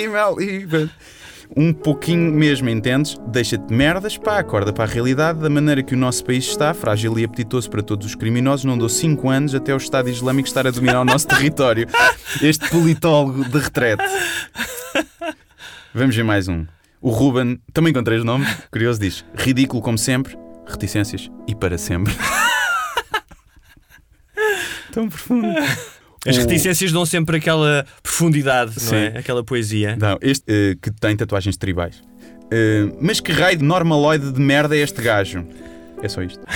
Speaker 3: e... Um pouquinho mesmo, entendes? Deixa-te de merdas, pá, acorda para a realidade. Da maneira que o nosso país está, frágil e apetitoso para todos os criminosos, não dou 5 anos até o Estado Islâmico estar a dominar o nosso território. Este politólogo de retrete. Vamos ver mais um. O Ruben, também com 3 nomes, curioso, diz: ridículo como sempre, reticências e para sempre. Tão profundo.
Speaker 2: As reticências dão sempre aquela profundidade, não é? Aquela poesia.
Speaker 3: Não, este que tem tatuagens tribais. Mas que raio de normaloide de merda é este gajo? É só isto.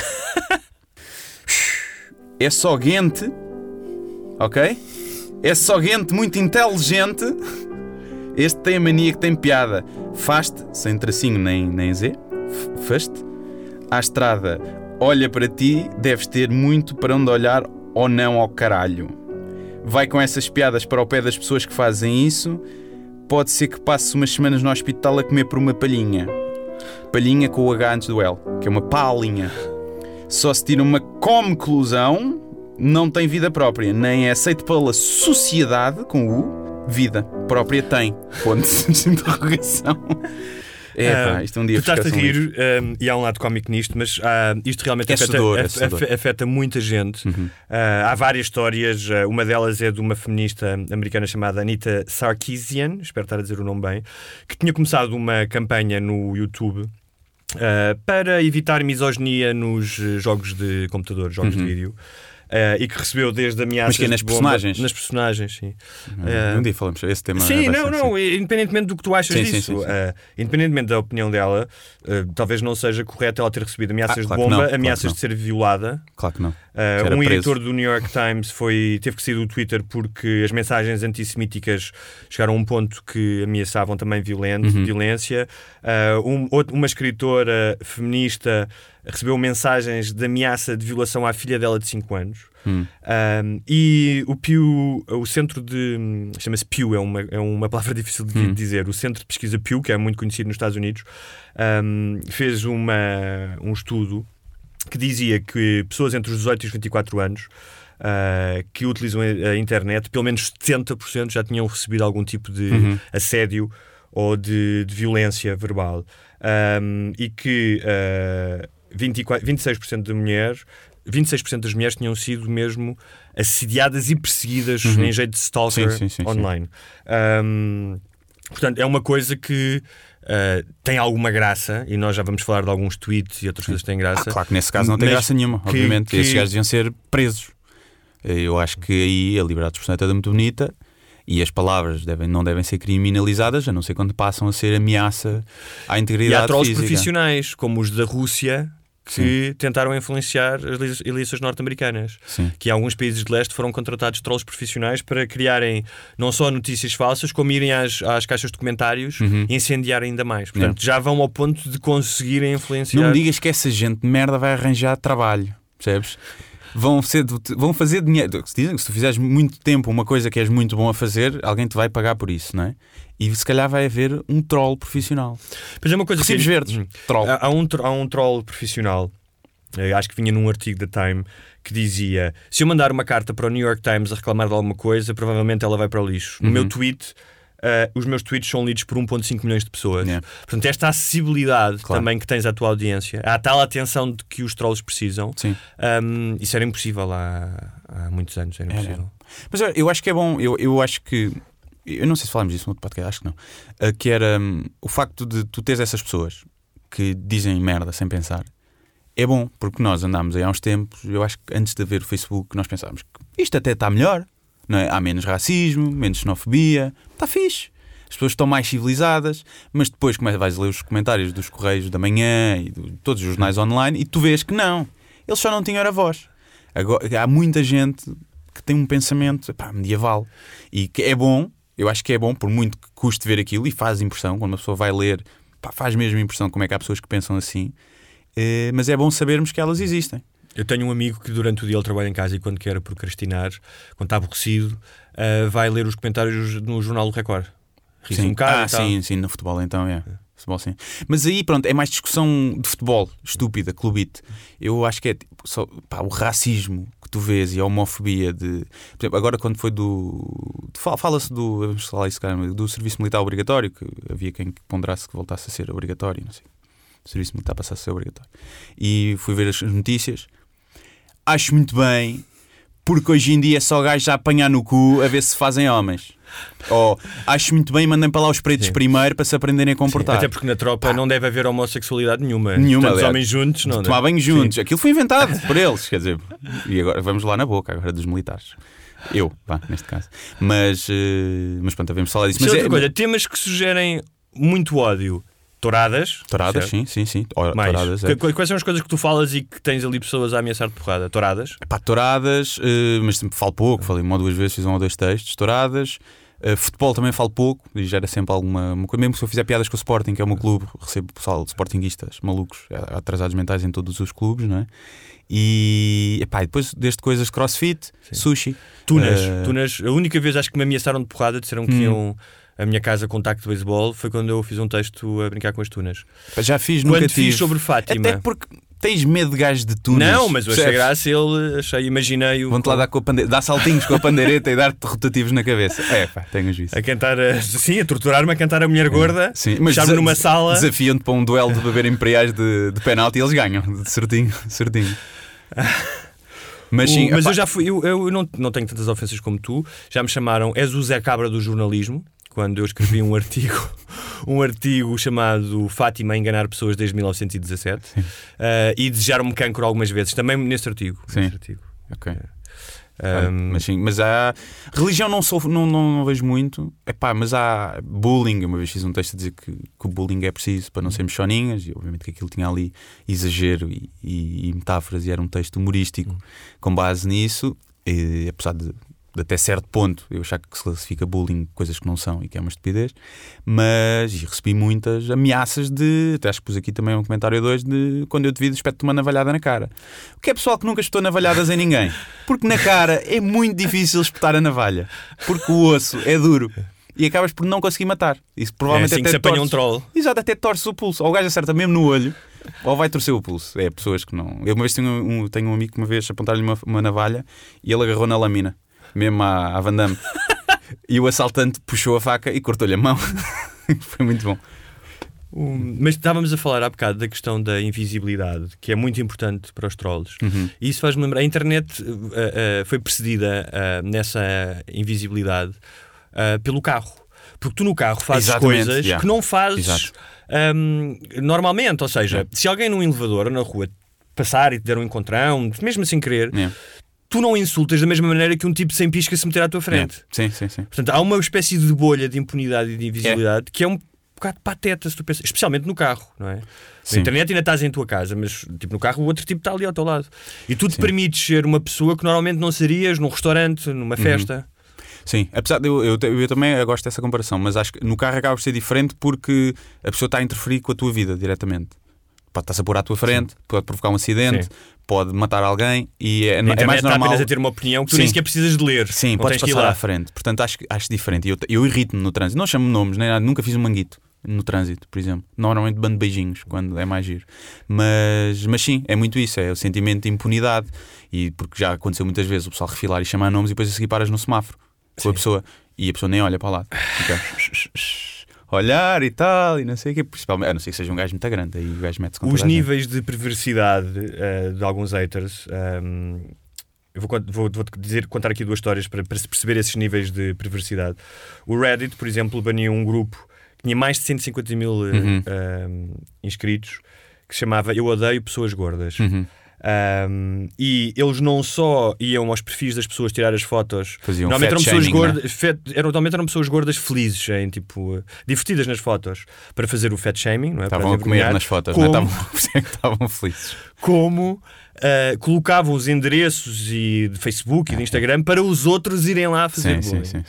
Speaker 3: É só gente, ok? É só gente muito inteligente. Este tem a mania que tem piada. Faz-te, sem tracinho nem Z, faz-te à estrada, olha para ti, deves ter muito para onde olhar ou não ao caralho. Vai com essas piadas para o pé das pessoas que fazem isso. Pode ser que passe umas semanas no hospital a comer por uma palhinha. Palhinha com o H antes do L, que é uma palinha. Só se tira uma conclusão, não tem vida própria. Nem é aceito pela sociedade, com U, vida própria tem. Ponto de interrogação. Isto é um dia
Speaker 2: tu estás a rir e há um lado cómico nisto, mas isto realmente afeta muita gente. Há várias histórias. Uma delas é de uma feminista americana chamada Anita Sarkeesian, espero estar a dizer o nome bem, que tinha começado uma campanha no YouTube para evitar misoginia nos jogos de computador, jogos de vídeo. E que recebeu desde ameaças.
Speaker 3: Mas que é nas personagens?
Speaker 2: Nas personagens, sim.
Speaker 3: Um dia falamos sobre esse tema.
Speaker 2: Sim, independentemente do que tu achas disso, sim. Independentemente da opinião dela, talvez não seja correto ela ter recebido ameaças de bomba, ameaças de ser violada.
Speaker 3: Claro que não.
Speaker 2: Um editor do New York Times teve que sair do Twitter porque as mensagens antissemíticas chegaram a um ponto que ameaçavam também violência. Uma escritora feminista recebeu mensagens de ameaça de violação à filha dela de 5 anos. E o Pew, o centro de... chama-se Pew, é uma palavra difícil de dizer. O centro de pesquisa Pew, que é muito conhecido nos Estados Unidos, fez um estudo que dizia que pessoas entre os 18 e os 24 anos que utilizam a internet, pelo menos 70% já tinham recebido algum tipo de assédio ou de violência verbal. E que 26% de mulheres, 26% das mulheres tinham sido mesmo assediadas e perseguidas em jeito de stalker online. Portanto, é uma coisa que tem alguma graça, e nós já vamos falar de alguns tweets e outras coisas que têm graça.
Speaker 3: Claro que nesse caso não tem graça nenhuma, obviamente. Esses gajos deviam ser presos. Eu acho que aí a liberdade de expressão é toda muito bonita. E as palavras não devem ser criminalizadas, a não ser quando passam a ser ameaça à integridade física.
Speaker 2: E há trolls profissionais, como os da Rússia, que tentaram influenciar as eleições norte-americanas.
Speaker 3: Sim.
Speaker 2: Que em alguns países de leste foram contratados trolls profissionais para criarem não só notícias falsas, como irem às caixas de comentários e incendiar ainda mais. Portanto, já vão ao ponto de conseguirem influenciar.
Speaker 3: Não me digas que essa gente de merda vai arranjar trabalho, percebes? Vão fazer dinheiro. Se tu fizeres muito tempo uma coisa que és muito bom a fazer, alguém te vai pagar por isso, não é? E se calhar vai haver um troll profissional.
Speaker 2: Pois é, uma coisa
Speaker 3: Recibos verdes. Troll.
Speaker 2: Há um troll profissional, acho que vinha num artigo da Time, que dizia: se eu mandar uma carta para o New York Times a reclamar de alguma coisa, provavelmente ela vai para o lixo. No meu tweet, os meus tweets são lidos por 1,5 milhões de pessoas. Portanto, esta acessibilidade também que tens à tua audiência, há tal atenção de que os trolls precisam. Isso era impossível há muitos anos. Era impossível.
Speaker 3: Mas eu acho que é bom. Eu acho que, eu não sei se falámos disso no outro podcast, acho que não, que era o facto de tu teres essas pessoas que dizem merda sem pensar. É bom, porque nós andámos aí há uns tempos, eu acho que antes de haver o Facebook, nós pensámos que isto até está melhor, não é? Há menos racismo, menos xenofobia, está fixe. As pessoas estão mais civilizadas, mas depois vais ler os comentários dos Correios da Manhã e de todos os jornais online e tu vês que não, eles só não tinham a voz. Agora, há muita gente que tem um pensamento medieval e que é bom. Eu acho que é bom, por muito que custe ver aquilo, e faz impressão, quando uma pessoa vai ler, faz mesmo impressão como é que há pessoas que pensam assim, mas é bom sabermos que elas existem.
Speaker 2: Eu tenho um amigo que durante o dia ele trabalha em casa e quando quer procrastinar, quando está aborrecido, vai ler os comentários no Jornal do Record.
Speaker 3: Sim.
Speaker 2: Um bocado,
Speaker 3: sim, no futebol então, futebol, sim. Mas aí, pronto, é mais discussão de futebol, estúpida, clubite. Eu acho que é tipo, só, o racismo que tu vês e a homofobia de... Por exemplo, agora quando foi fala-se vamos falar isso, do serviço militar obrigatório, que havia quem ponderasse que voltasse a ser obrigatório, não sei. O serviço militar passasse a ser obrigatório. E fui ver as notícias. Acho muito bem, porque hoje em dia é só gajos a apanhar no cu a ver se fazem homens. Ou acho muito bem, mandem para lá os pretos primeiro para se aprenderem a comportar.
Speaker 2: Até porque na tropa não deve haver homossexualidade nenhuma.
Speaker 3: Os
Speaker 2: homens juntos, não.
Speaker 3: Tomar banho juntos. Aquilo foi inventado por eles, quer dizer. E agora vamos lá na boca, agora dos militares. Neste caso. Mas pronto, devemos falar disso. Mas
Speaker 2: outra coisa, temas que sugerem muito ódio. Touradas,
Speaker 3: sim.
Speaker 2: Touradas, Quais são as coisas que tu falas e que tens ali pessoas a ameaçar de porrada? Touradas?
Speaker 3: Touradas, mas falo pouco, falei uma ou duas vezes, fiz 1 ou 2 textos. Touradas, futebol também falo pouco, e gera sempre alguma coisa. Mesmo se eu fizer piadas com o Sporting, que é o meu clube, recebo pessoal de sportinguistas malucos, atrasados mentais em todos os clubes, não é? E depois desde coisas de crossfit, sushi.
Speaker 2: Tunas, a única vez acho que me ameaçaram de porrada, disseram que iam a minha casa com taco de beisebol, foi quando eu fiz um texto a brincar com as tunas.
Speaker 3: Já fiz, nunca tive.
Speaker 2: Fiz sobre Fátima.
Speaker 3: Até porque tens medo de gajos de tunas.
Speaker 2: Não, mas eu achei graça, imaginei-o.
Speaker 3: Vão-te lá dar saltinhos com a pandeireta e dar-te rotativos na cabeça. Tenho juízo.
Speaker 2: A cantar, a torturar-me a cantar a mulher gorda, deixar-me numa sala.
Speaker 3: Desafiam-te para um duelo de beber imperiais de penalti e eles ganham, de certinho. Mas
Speaker 2: eu já fui, eu não tenho tantas ofensas como tu. Já me chamaram, és o Zé Cabra do jornalismo, quando eu escrevi um artigo chamado Fátima a enganar pessoas desde 1917 e desejaram-me cancro algumas vezes, também nesse artigo.
Speaker 3: Ok. Mas há religião, não vejo muito. Mas há bullying. Uma vez fiz um texto a dizer que o bullying é preciso para não sermos choninhas, e obviamente que aquilo tinha ali exagero e metáforas, e era um texto humorístico com base nisso. E, apesar de até certo ponto eu achar que se classifica bullying coisas que não são e que é uma estupidez, mas recebi muitas ameaças até acho que pus aqui também um comentário ou dois de quando eu te vi espeto-te uma navalhada na cara. O que é pessoal que nunca espetou navalhadas em ninguém, porque na cara é muito difícil espetar a navalha, porque o osso é duro e acabas por não conseguir matar. Isso provavelmente
Speaker 2: até se apanha um troll.
Speaker 3: Exato, até torces o pulso, ou o gajo acerta mesmo no olho ou vai torcer o pulso. É pessoas que não. Eu uma vez tenho um amigo que uma vez apontaram-lhe uma navalha e ele agarrou na lâmina mesmo à Van Damme. E o assaltante puxou a faca e cortou-lhe a mão. Foi muito bom.
Speaker 2: Mas estávamos a falar há bocado da questão da invisibilidade, que é muito importante para os trolls. E isso faz-me lembrar. A internet foi precedida nessa invisibilidade pelo carro. Porque tu no carro fazes coisas que não fazes normalmente. Ou seja, se alguém num elevador ou na rua passar e te der um encontrão, mesmo sem querer, tu não insultas da mesma maneira que um tipo sem pisca se meter à tua frente.
Speaker 3: Sim.
Speaker 2: Portanto, há uma espécie de bolha de impunidade e de invisibilidade que é bocado pateta, se tu pensas, especialmente no carro, não é?
Speaker 3: Sim.
Speaker 2: Na internet ainda estás em tua casa, mas tipo, no carro o outro tipo está ali ao teu lado. E tu te permites ser uma pessoa que normalmente não serias num restaurante, numa festa.
Speaker 3: Sim, apesar de eu também gosto dessa comparação, mas acho que no carro acaba por ser diferente porque a pessoa está a interferir com a tua vida diretamente. Pode estar-se a pôr à tua frente, pode provocar um acidente, pode matar alguém e é mais normal.
Speaker 2: Apenas a ter uma opinião que tu nem sequer precisas de ler.
Speaker 3: Sim, podes passar à frente. Portanto, acho diferente. Eu irrito-me no trânsito. Não chamo nomes, nem nada. Nunca fiz um manguito no trânsito, por exemplo. Normalmente bando beijinhos quando é mais giro. Mas sim, é muito isso. É o sentimento de impunidade. E porque já aconteceu muitas vezes o pessoal refilar e chamar nomes e depois a seguir paras no semáforo com a pessoa e a pessoa nem olha para lá. Fica olhar e tal, e não sei o quê. Principalmente, a não ser que seja um gajo muito grande, aí o gajo mete-se com
Speaker 2: os níveis de perversidade de alguns haters. Eu vou contar aqui 2 histórias para se perceber esses níveis de perversidade. O Reddit, por exemplo, baniu um grupo que tinha mais de 150 mil inscritos, que se chamava Eu Odeio Pessoas Gordas. E eles não só iam aos perfis das pessoas tirar as fotos, normalmente eram pessoas gordas, eram pessoas gordas felizes, tipo, divertidas nas fotos, para fazer o fat shaming, não é?
Speaker 3: Estavam a comer nas fotos, não é? Estavam felizes. Como
Speaker 2: colocavam os endereços de Facebook e de Instagram para os outros irem lá fazer bullying. Sim.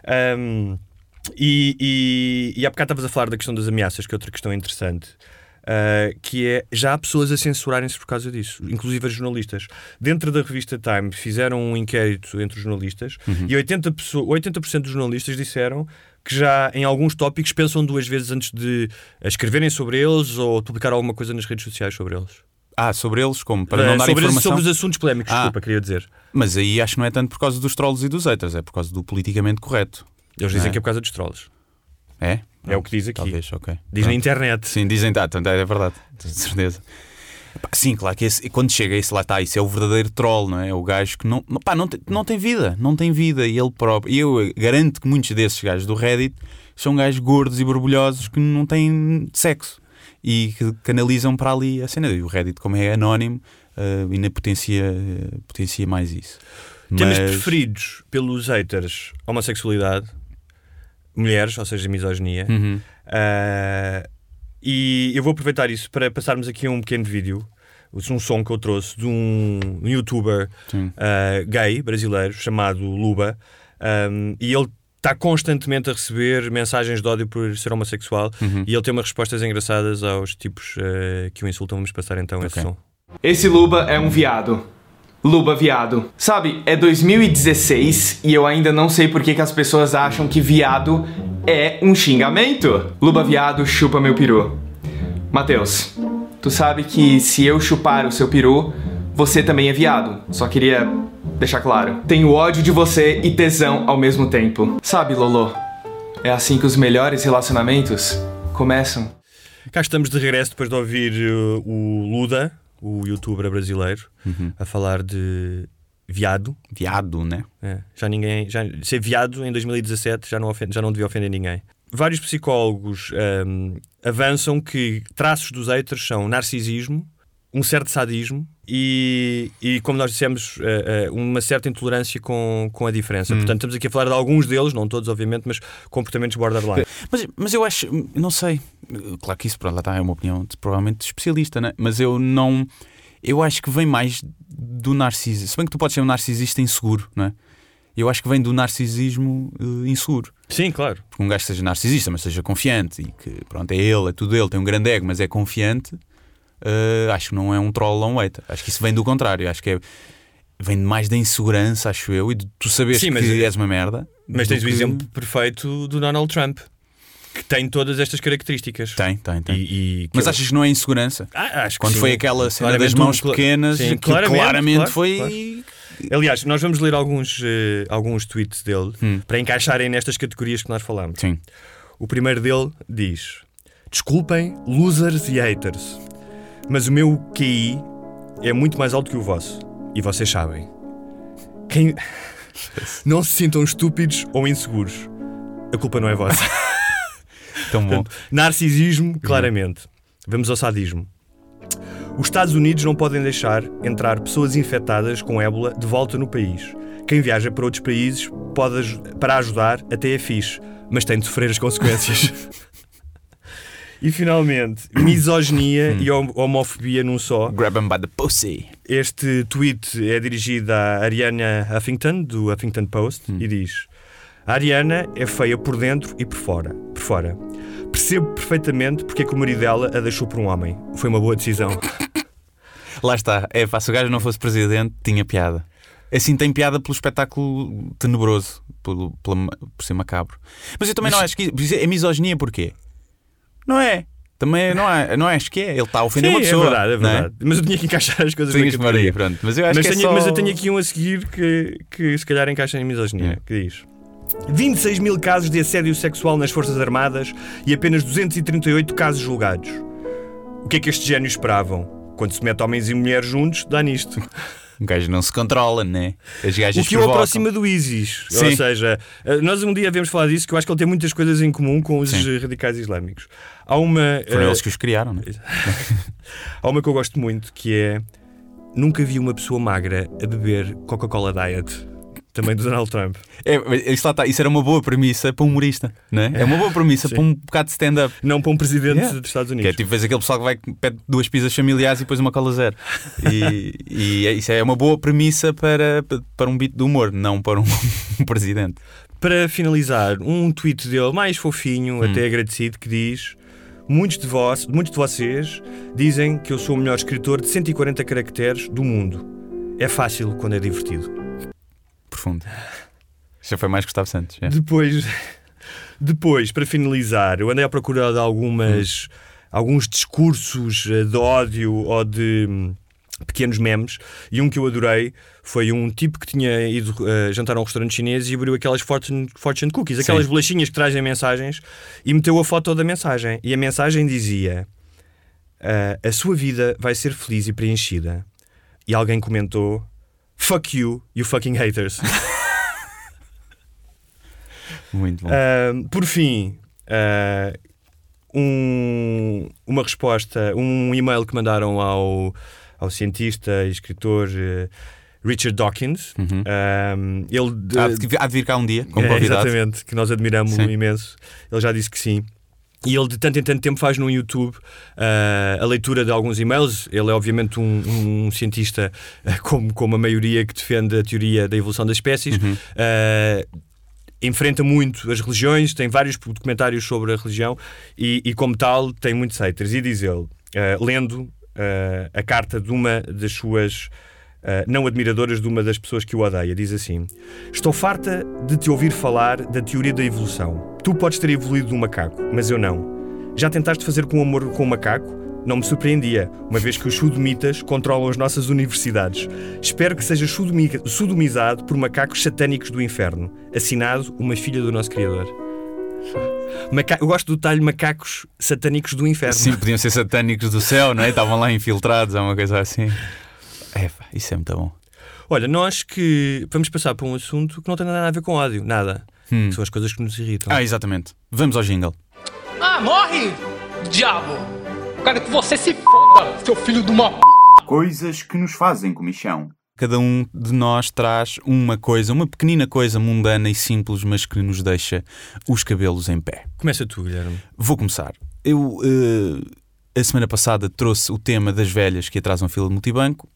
Speaker 2: E há bocado estavas a falar da questão das ameaças, que é outra questão interessante. Que é, já há pessoas a censurarem-se por causa disso, inclusive as jornalistas. Dentro da revista Time fizeram um inquérito entre os jornalistas e 80% dos jornalistas disseram que já em alguns tópicos pensam 2 vezes antes de escreverem sobre eles ou publicar alguma coisa nas redes sociais sobre eles.
Speaker 3: Sobre eles, como? Para não dar informação?
Speaker 2: Sobre os assuntos polémicos, desculpa, queria dizer.
Speaker 3: Mas aí acho que não é tanto por causa dos trolls e dos haters, é por causa do politicamente correto.
Speaker 2: Eles dizem que é por causa dos trolls.
Speaker 3: É?
Speaker 2: É o que diz aqui.
Speaker 3: Talvez, ok.
Speaker 2: Diz na internet.
Speaker 3: Sim, dizem, é verdade, de certeza. Sim, claro que quando chega esse lá está, isso é o verdadeiro troll, não é? É o gajo que não tem vida, e ele próprio. E eu garanto que muitos desses gajos do Reddit são gajos gordos e borbulhosos que não têm sexo e que canalizam para ali a cena. E o Reddit, como é anónimo, ainda potencia mais isso.
Speaker 2: Temas preferidos pelos haters: homossexualidade, mulheres, ou seja, misoginia. E eu vou aproveitar isso para passarmos aqui um pequeno vídeo, um som que eu trouxe de um youtuber gay brasileiro chamado Luba, e ele está constantemente a receber mensagens de ódio por ser homossexual e ele tem umas respostas engraçadas aos tipos que o insultam. Vamos passar então esse som.
Speaker 10: Esse Luba é um viado. Luba viado. Sabe, é 2016 e eu ainda não sei por que as pessoas acham que viado é um xingamento. Luba viado, chupa meu peru. Mateus, tu sabe que se eu chupar o seu peru, você também é viado. Só queria deixar claro. Tenho ódio de você e tesão ao mesmo tempo. Sabe, Lolo, é assim que os melhores relacionamentos começam.
Speaker 2: Cá estamos de regresso depois de ouvir o Luda, o youtuber brasileiro, a falar de viado.
Speaker 3: Viado, né?
Speaker 2: Ser viado em 2017 já não devia ofender ninguém. Vários psicólogos avançam que traços dos haters são narcisismo, um certo sadismo e como nós dissemos, uma certa intolerância com a diferença. Portanto, estamos aqui a falar de alguns deles, não todos obviamente, mas comportamentos borderline.
Speaker 3: Mas eu acho, não sei, claro que isso lá está, é uma opinião provavelmente de especialista, né? Mas eu acho que vem mais do narcisismo. Se bem que tu podes ser um narcisista inseguro, não é? Eu acho que vem do narcisismo inseguro.
Speaker 2: Sim, claro.
Speaker 3: Porque um gajo que seja narcisista, mas seja confiante e que pronto, é ele, é tudo ele, tem um grande ego, mas é confiante, acho que não é um troll ou um hater. Acho que isso vem do contrário. Acho que vem mais da insegurança, acho eu, e de tu saberes que és uma merda.
Speaker 2: Mas tens o exemplo perfeito do Donald Trump, que tem todas estas características.
Speaker 3: Tem. Mas achas que não é insegurança?
Speaker 2: Acho que
Speaker 3: quando
Speaker 2: sim.
Speaker 3: foi aquela cena das mãos pequenas,
Speaker 2: sim,
Speaker 3: que claramente foi...
Speaker 2: Claro. Aliás, nós vamos ler alguns tweets dele para encaixarem nestas categorias que nós falamos.
Speaker 3: Sim.
Speaker 2: O primeiro dele diz: desculpem, losers e haters, mas o meu QI é muito mais alto que o vosso. E vocês sabem. Não se sintam estúpidos ou inseguros. A culpa não é vossa.
Speaker 3: Tão bom.
Speaker 2: Portanto, narcisismo, claramente. Vamos ao sadismo. Os Estados Unidos não podem deixar entrar pessoas infectadas com ébola de volta no país. Quem viaja para outros países para ajudar até é fixe, mas tem de sofrer as consequências. E finalmente, misoginia e homofobia num só.
Speaker 3: Grab 'em by the pussy.
Speaker 2: Este tweet é dirigido à Ariana Huffington, do Huffington Post, e diz: a Ariana é feia por dentro e por fora. Percebo perfeitamente porque é que o marido dela a deixou por um homem. Foi uma boa decisão.
Speaker 3: Lá está. Se o gajo não fosse presidente, tinha piada. Assim, tem piada pelo espetáculo tenebroso, por ser macabro. Mas eu também não acho que é misoginia, porquê? Não é. Também não acho que é. Ele está a ofender uma pessoa.
Speaker 2: É verdade. É? Mas eu tinha que encaixar as coisas
Speaker 3: na categoria. Pronto. Mas eu acho
Speaker 2: mas eu tenho aqui um a seguir que se calhar encaixa em misoginia, que diz: 26 mil casos de assédio sexual nas Forças Armadas e apenas 238 casos julgados. O que é que estes génios esperavam? Quando se mete homens e mulheres juntos, dá nisto.
Speaker 3: Um gajo não se controla, né? As gajas
Speaker 2: o que o aproxima do ISIS. Sim. Ou seja, nós um dia devemos falar disso, que eu acho que ele tem muitas coisas em comum com os radicais islâmicos.
Speaker 3: Foram eles que os criaram, não é?
Speaker 2: Há uma que eu gosto muito, que é: nunca vi uma pessoa magra a beber Coca-Cola Diet. Também do Donald Trump.
Speaker 3: Isso era uma boa premissa para um humorista, não é? É uma boa premissa para um bocado de stand-up.
Speaker 2: Não para um presidente dos Estados Unidos.
Speaker 3: Que é tipo, vês aquele pessoal que vai pede 2 pizzas familiares e depois uma cola zero. E isso é uma boa premissa para um beat de humor, não para um presidente.
Speaker 2: Para finalizar, um tweet dele mais fofinho, até agradecido, que diz: muitos de vocês dizem que eu sou o melhor escritor de 140 caracteres do mundo. É fácil quando é divertido.
Speaker 3: Profundo. Já foi mais Gustavo Santos. É.
Speaker 2: Depois, para finalizar, eu andei à procura de alguns discursos de ódio ou de pequenos memes, e um que eu adorei foi um tipo que tinha ido jantar a um restaurante chinês e abriu aquelas fortune cookies, aquelas bolachinhas que trazem mensagens, e meteu a foto da mensagem. E a mensagem dizia: a sua vida vai ser feliz e preenchida. E alguém comentou: fuck you fucking haters.
Speaker 3: Muito bom.
Speaker 2: Por fim, uma resposta, um e-mail que mandaram ao cientista e escritor Richard Dawkins. Ele
Speaker 3: há de vir cá um dia como convidado.
Speaker 2: Exatamente, que nós admiramos imenso. Ele já disse que sim. E ele de tanto em tanto tempo faz no YouTube a leitura de alguns e-mails. Ele é obviamente um cientista como a maioria que defende a teoria da evolução das espécies. Enfrenta muito as religiões, tem vários documentários sobre a religião e como tal tem muitos haters. E diz ele, lendo a carta de uma das suas não admiradoras, de uma das pessoas que o odeia, diz assim: estou farta de te ouvir falar da teoria da evolução. Tu podes ter evoluído de um macaco, mas eu não. Já tentaste fazer com amor com um macaco? Não me surpreendia, uma vez que os sodomitas controlam as nossas universidades. Espero que seja sodomizado por macacos satânicos do inferno. Assinado, uma filha do nosso Criador. Eu gosto do detalhe: macacos satânicos do inferno.
Speaker 3: Sim, podiam ser satânicos do céu, não é? Estavam lá infiltrados, é uma coisa assim. Isso é muito bom.
Speaker 2: Olha, nós que vamos passar para um assunto que não tem nada a ver com ódio, nada. São as coisas que nos irritam.
Speaker 3: Exatamente. Vamos ao jingle.
Speaker 11: Morre, diabo! Quero que você se foda, seu filho de uma p...
Speaker 1: Coisas que nos fazem comichão.
Speaker 3: Cada um de nós traz uma pequenina coisa mundana e simples, mas que nos deixa os cabelos em pé.
Speaker 2: Começa tu, Guilherme.
Speaker 3: Vou começar. Eu, a semana passada, trouxe o tema das velhas que atrasam fila de multibanco.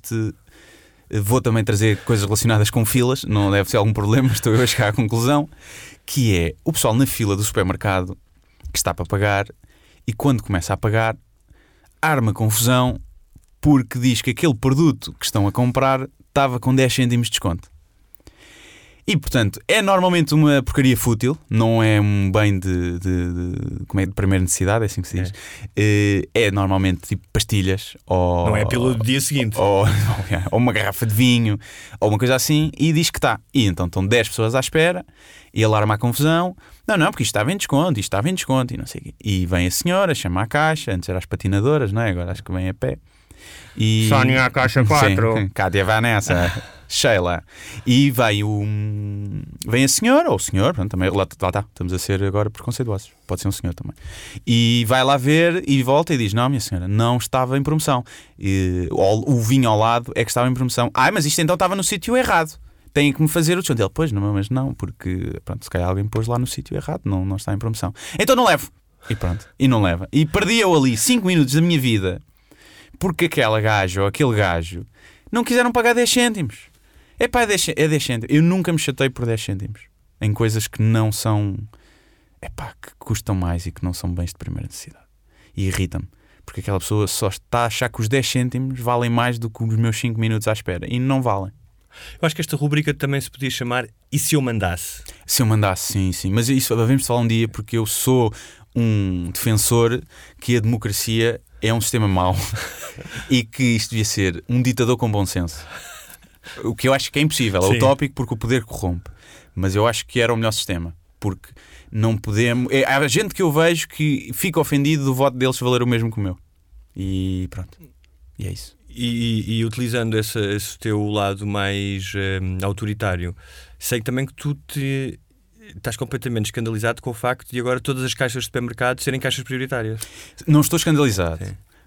Speaker 3: Vou também trazer coisas relacionadas com filas, não deve ser algum problema, estou eu a chegar à conclusão, que é o pessoal na fila do supermercado que está para pagar e quando começa a pagar arma confusão porque diz que aquele produto que estão a comprar estava com 10 cêntimos de desconto. E, portanto, é normalmente uma porcaria fútil, não é um bem de primeira necessidade, é assim que se diz. É normalmente tipo pastilhas, ou
Speaker 2: não é pelo dia seguinte,
Speaker 3: ou uma garrafa de vinho, ou uma coisa assim, e diz que está. E então estão 10 pessoas à espera, e alarma a confusão. Não, porque isto estava em desconto, e não sei o quê. E vem a senhora, chama a caixa, antes eram as patinadoras, não é? Agora acho que vem a pé. E...
Speaker 2: Sónia à caixa 4.
Speaker 3: Sim, Cátia Vanessa, Sheila. E vem a senhora, ou o senhor, pronto, também, lá está, estamos a ser agora preconceituosos. Pode ser um senhor também. E vai lá ver e volta e diz: não, minha senhora, não estava em promoção. O vinho ao lado é que estava em promoção. Mas isto então estava no sítio errado. Tem que me fazer o desconto. Ele, pois, não, mas não, porque pronto, se calhar alguém pôs lá no sítio errado, não está em promoção. Então não levo. E pronto. E não leva. E perdi eu ali 5 minutos da minha vida porque aquela gaja ou aquele gajo não quiseram pagar 10 cêntimos. É 10 cêntimos. Eu nunca me chatei por 10 cêntimos em coisas que não são... que custam mais e que não são bens de primeira necessidade. E irrita-me. Porque aquela pessoa só está a achar que os 10 cêntimos valem mais do que os meus 5 minutos à espera. E não valem.
Speaker 2: Eu acho que esta rubrica também se podia chamar E se eu mandasse?
Speaker 3: Se eu mandasse, sim. Mas isso devemos falar um dia, porque eu sou um defensor que a democracia é um sistema mau e que isto devia ser um ditador com bom senso. O que eu acho que é impossível, é utópico, porque o poder corrompe. Mas eu acho que era o melhor sistema, porque não podemos... Há gente que eu vejo que fica ofendido do voto deles valer o mesmo que o meu. E pronto. E é isso.
Speaker 2: E utilizando esse teu lado mais autoritário, sei também que tu estás completamente escandalizado com o facto de agora todas as caixas de supermercado serem caixas prioritárias.
Speaker 3: Não estou escandalizado.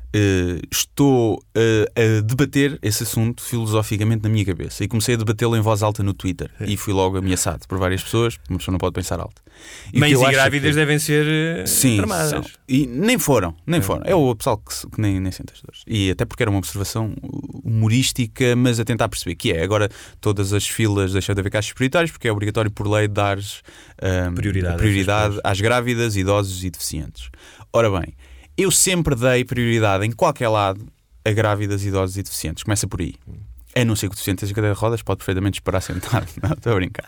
Speaker 3: Estou a debater esse assunto filosoficamente na minha cabeça e comecei a debatê-lo em voz alta no Twitter e fui logo ameaçado por várias pessoas. Uma pessoa não pode pensar alto.
Speaker 2: Mães e grávidas devem ser tramadas.
Speaker 3: São. E nem foram. É o pessoal que nem sente as dores. E até porque era uma observação humorística, mas a tentar perceber que agora todas as filas deixam de haver caixas prioritárias porque é obrigatório por lei dar prioridade às grávidas, idosos e deficientes. Ora bem, eu sempre dei prioridade em qualquer lado a grávidas, idosos e deficientes. Começa por aí. A não ser que o deficiente esteja em cadeira de rodas, pode perfeitamente esperar sentado. Não, estou a brincar.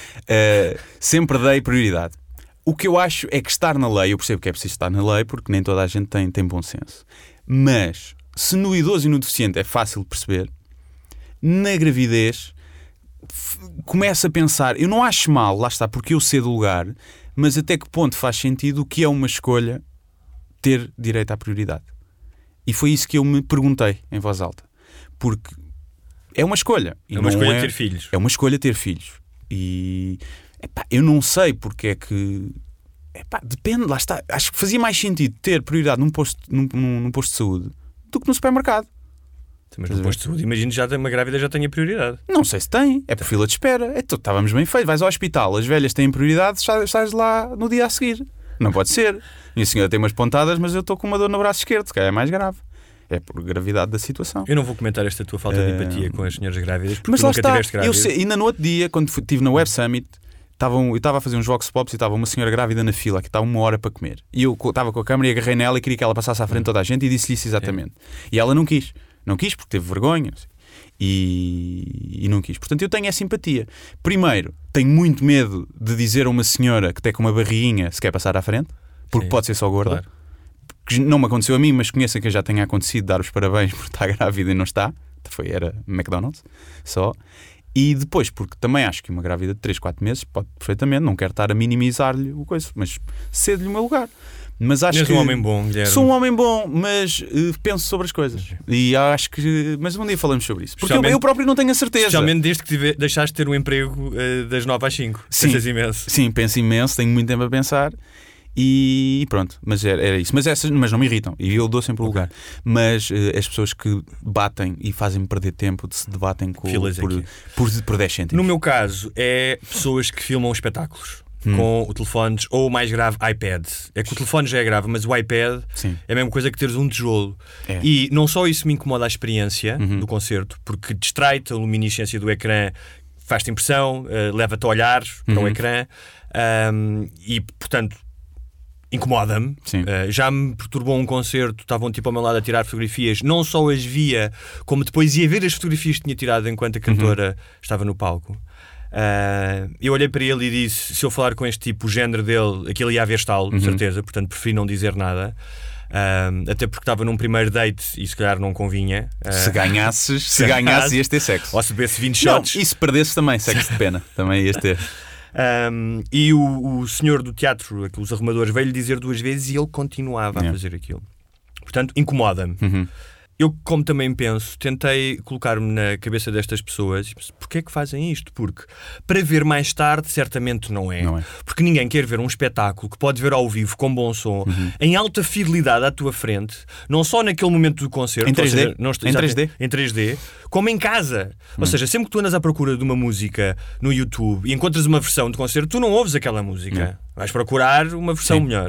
Speaker 3: Sempre dei prioridade. O que eu acho é que estar na lei, eu percebo que é preciso estar na lei, porque nem toda a gente tem bom senso. Mas, se no idoso e no deficiente é fácil de perceber, na gravidez, começa a pensar, eu não acho mal, lá está, porque eu sei do lugar, mas até que ponto faz sentido o que é uma escolha ter direito à prioridade. E foi isso que eu me perguntei em voz alta. Porque é uma escolha.
Speaker 2: É uma escolha ter filhos.
Speaker 3: É uma escolha ter filhos. E eu não sei porque é que... depende, lá está. Acho que fazia mais sentido ter prioridade num posto de saúde do que no supermercado.
Speaker 2: Mas no posto de saúde, imagino que uma grávida já tenha prioridade.
Speaker 3: Não sei se tem. É por fila de espera. Então, estávamos bem feitos. Vais ao hospital, as velhas têm prioridade, estás lá no dia a seguir. Não pode ser. Minha senhora tem umas pontadas, mas eu estou com uma dor no braço esquerdo, que é mais grave. É por gravidade da situação.
Speaker 2: Eu não vou comentar esta tua falta de empatia com as senhoras grávidas, porque
Speaker 3: mas
Speaker 2: tu nunca tiveste grávida.
Speaker 3: Ainda no outro dia, quando estive na Web Summit, eu estava a fazer uns Vox Pops e estava uma senhora grávida na fila, que estava 1 hora para comer. E eu estava com a câmera e agarrei nela e queria que ela passasse à frente de toda a gente e disse-lhe isso exatamente. E ela não quis. Não quis porque teve vergonha. E não quis. Portanto, eu tenho essa simpatia. Primeiro, tenho muito medo de dizer a uma senhora que tem com uma barriguinha se quer passar à frente, porque pode ser só gorda. Claro. Que não me aconteceu a mim, mas conheço que já tenha acontecido, dar os parabéns por estar grávida e não está. Era McDonald's só. E depois, porque também acho que uma grávida de 3, 4 meses pode perfeitamente, não quero estar a minimizar-lhe o coisa, mas cedo-lhe o meu lugar. Mas acho que
Speaker 2: um homem bom, Guilherme.
Speaker 3: Sou um homem bom, mas penso sobre as coisas. E acho que... Mas um dia falamos sobre isso. Porque eu próprio não tenho a certeza.
Speaker 2: Especialmente desde que deixaste de ter um emprego das 9 às 5.
Speaker 3: Sim,
Speaker 2: pensas imenso.
Speaker 3: Sim, penso imenso, tenho muito tempo a pensar. E pronto, mas era isso. Mas não me irritam. E eu dou sempre o lugar. Mas as pessoas que batem e fazem-me perder tempo, se debatem por 10 cêntimos.
Speaker 2: No meu caso, é pessoas que filmam espetáculos com telefones, ou mais grave, iPads. É que o telefone já é grave, mas o iPad é a mesma coisa que teres um tijolo. E não só isso me incomoda a experiência do concerto, porque distrai-te, a luminescência do ecrã faz-te impressão, leva-te a olhar para o ecrã e, portanto, incomoda-me. Já me perturbou um concerto, estavam tipo ao meu lado a tirar fotografias, não só as via, como depois ia ver as fotografias que tinha tirado enquanto a cantora estava no palco. Eu olhei para ele e disse: se eu falar com este tipo, o género dele, aquilo ia haver estalo, de certeza, portanto preferi não dizer nada. Até porque estava num primeiro date e se calhar não convinha.
Speaker 3: Se ganhasses ias ter sexo.
Speaker 2: Ou se bebesse 20 shots.
Speaker 3: Não, e se perdesses também, sexo de pena, também ias ter.
Speaker 2: E o senhor do teatro, os arrumadores, veio-lhe dizer 2 vezes e ele continuava a fazer aquilo. Portanto, incomoda-me. eu, como também penso, tentei colocar-me na cabeça destas pessoas. Porquê é que fazem isto? Porque para ver mais tarde, certamente não é. Porque ninguém quer ver um espetáculo que pode ver ao vivo, com bom som, em alta fidelidade à tua frente, não só naquele momento do concerto,
Speaker 3: em 3D,
Speaker 2: seja, em 3D, como em casa. Ou seja, sempre que tu andas à procura de uma música no YouTube e encontras uma versão de concerto, tu não ouves aquela música. Vais procurar uma versão melhor.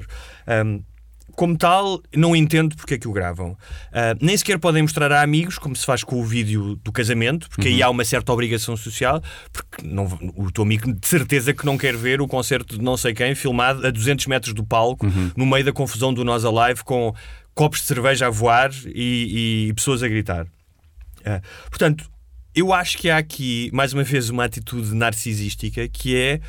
Speaker 2: Como tal, não entendo porque é que o gravam. Nem sequer podem mostrar a amigos, como se faz com o vídeo do casamento, porque aí há uma certa obrigação social, porque o teu amigo de certeza que não quer ver o concerto de não sei quem filmado a 200 metros do palco, no meio da confusão do Nós Alive, com copos de cerveja a voar e pessoas a gritar. Portanto, eu acho que há aqui, mais uma vez, uma atitude narcisística, que é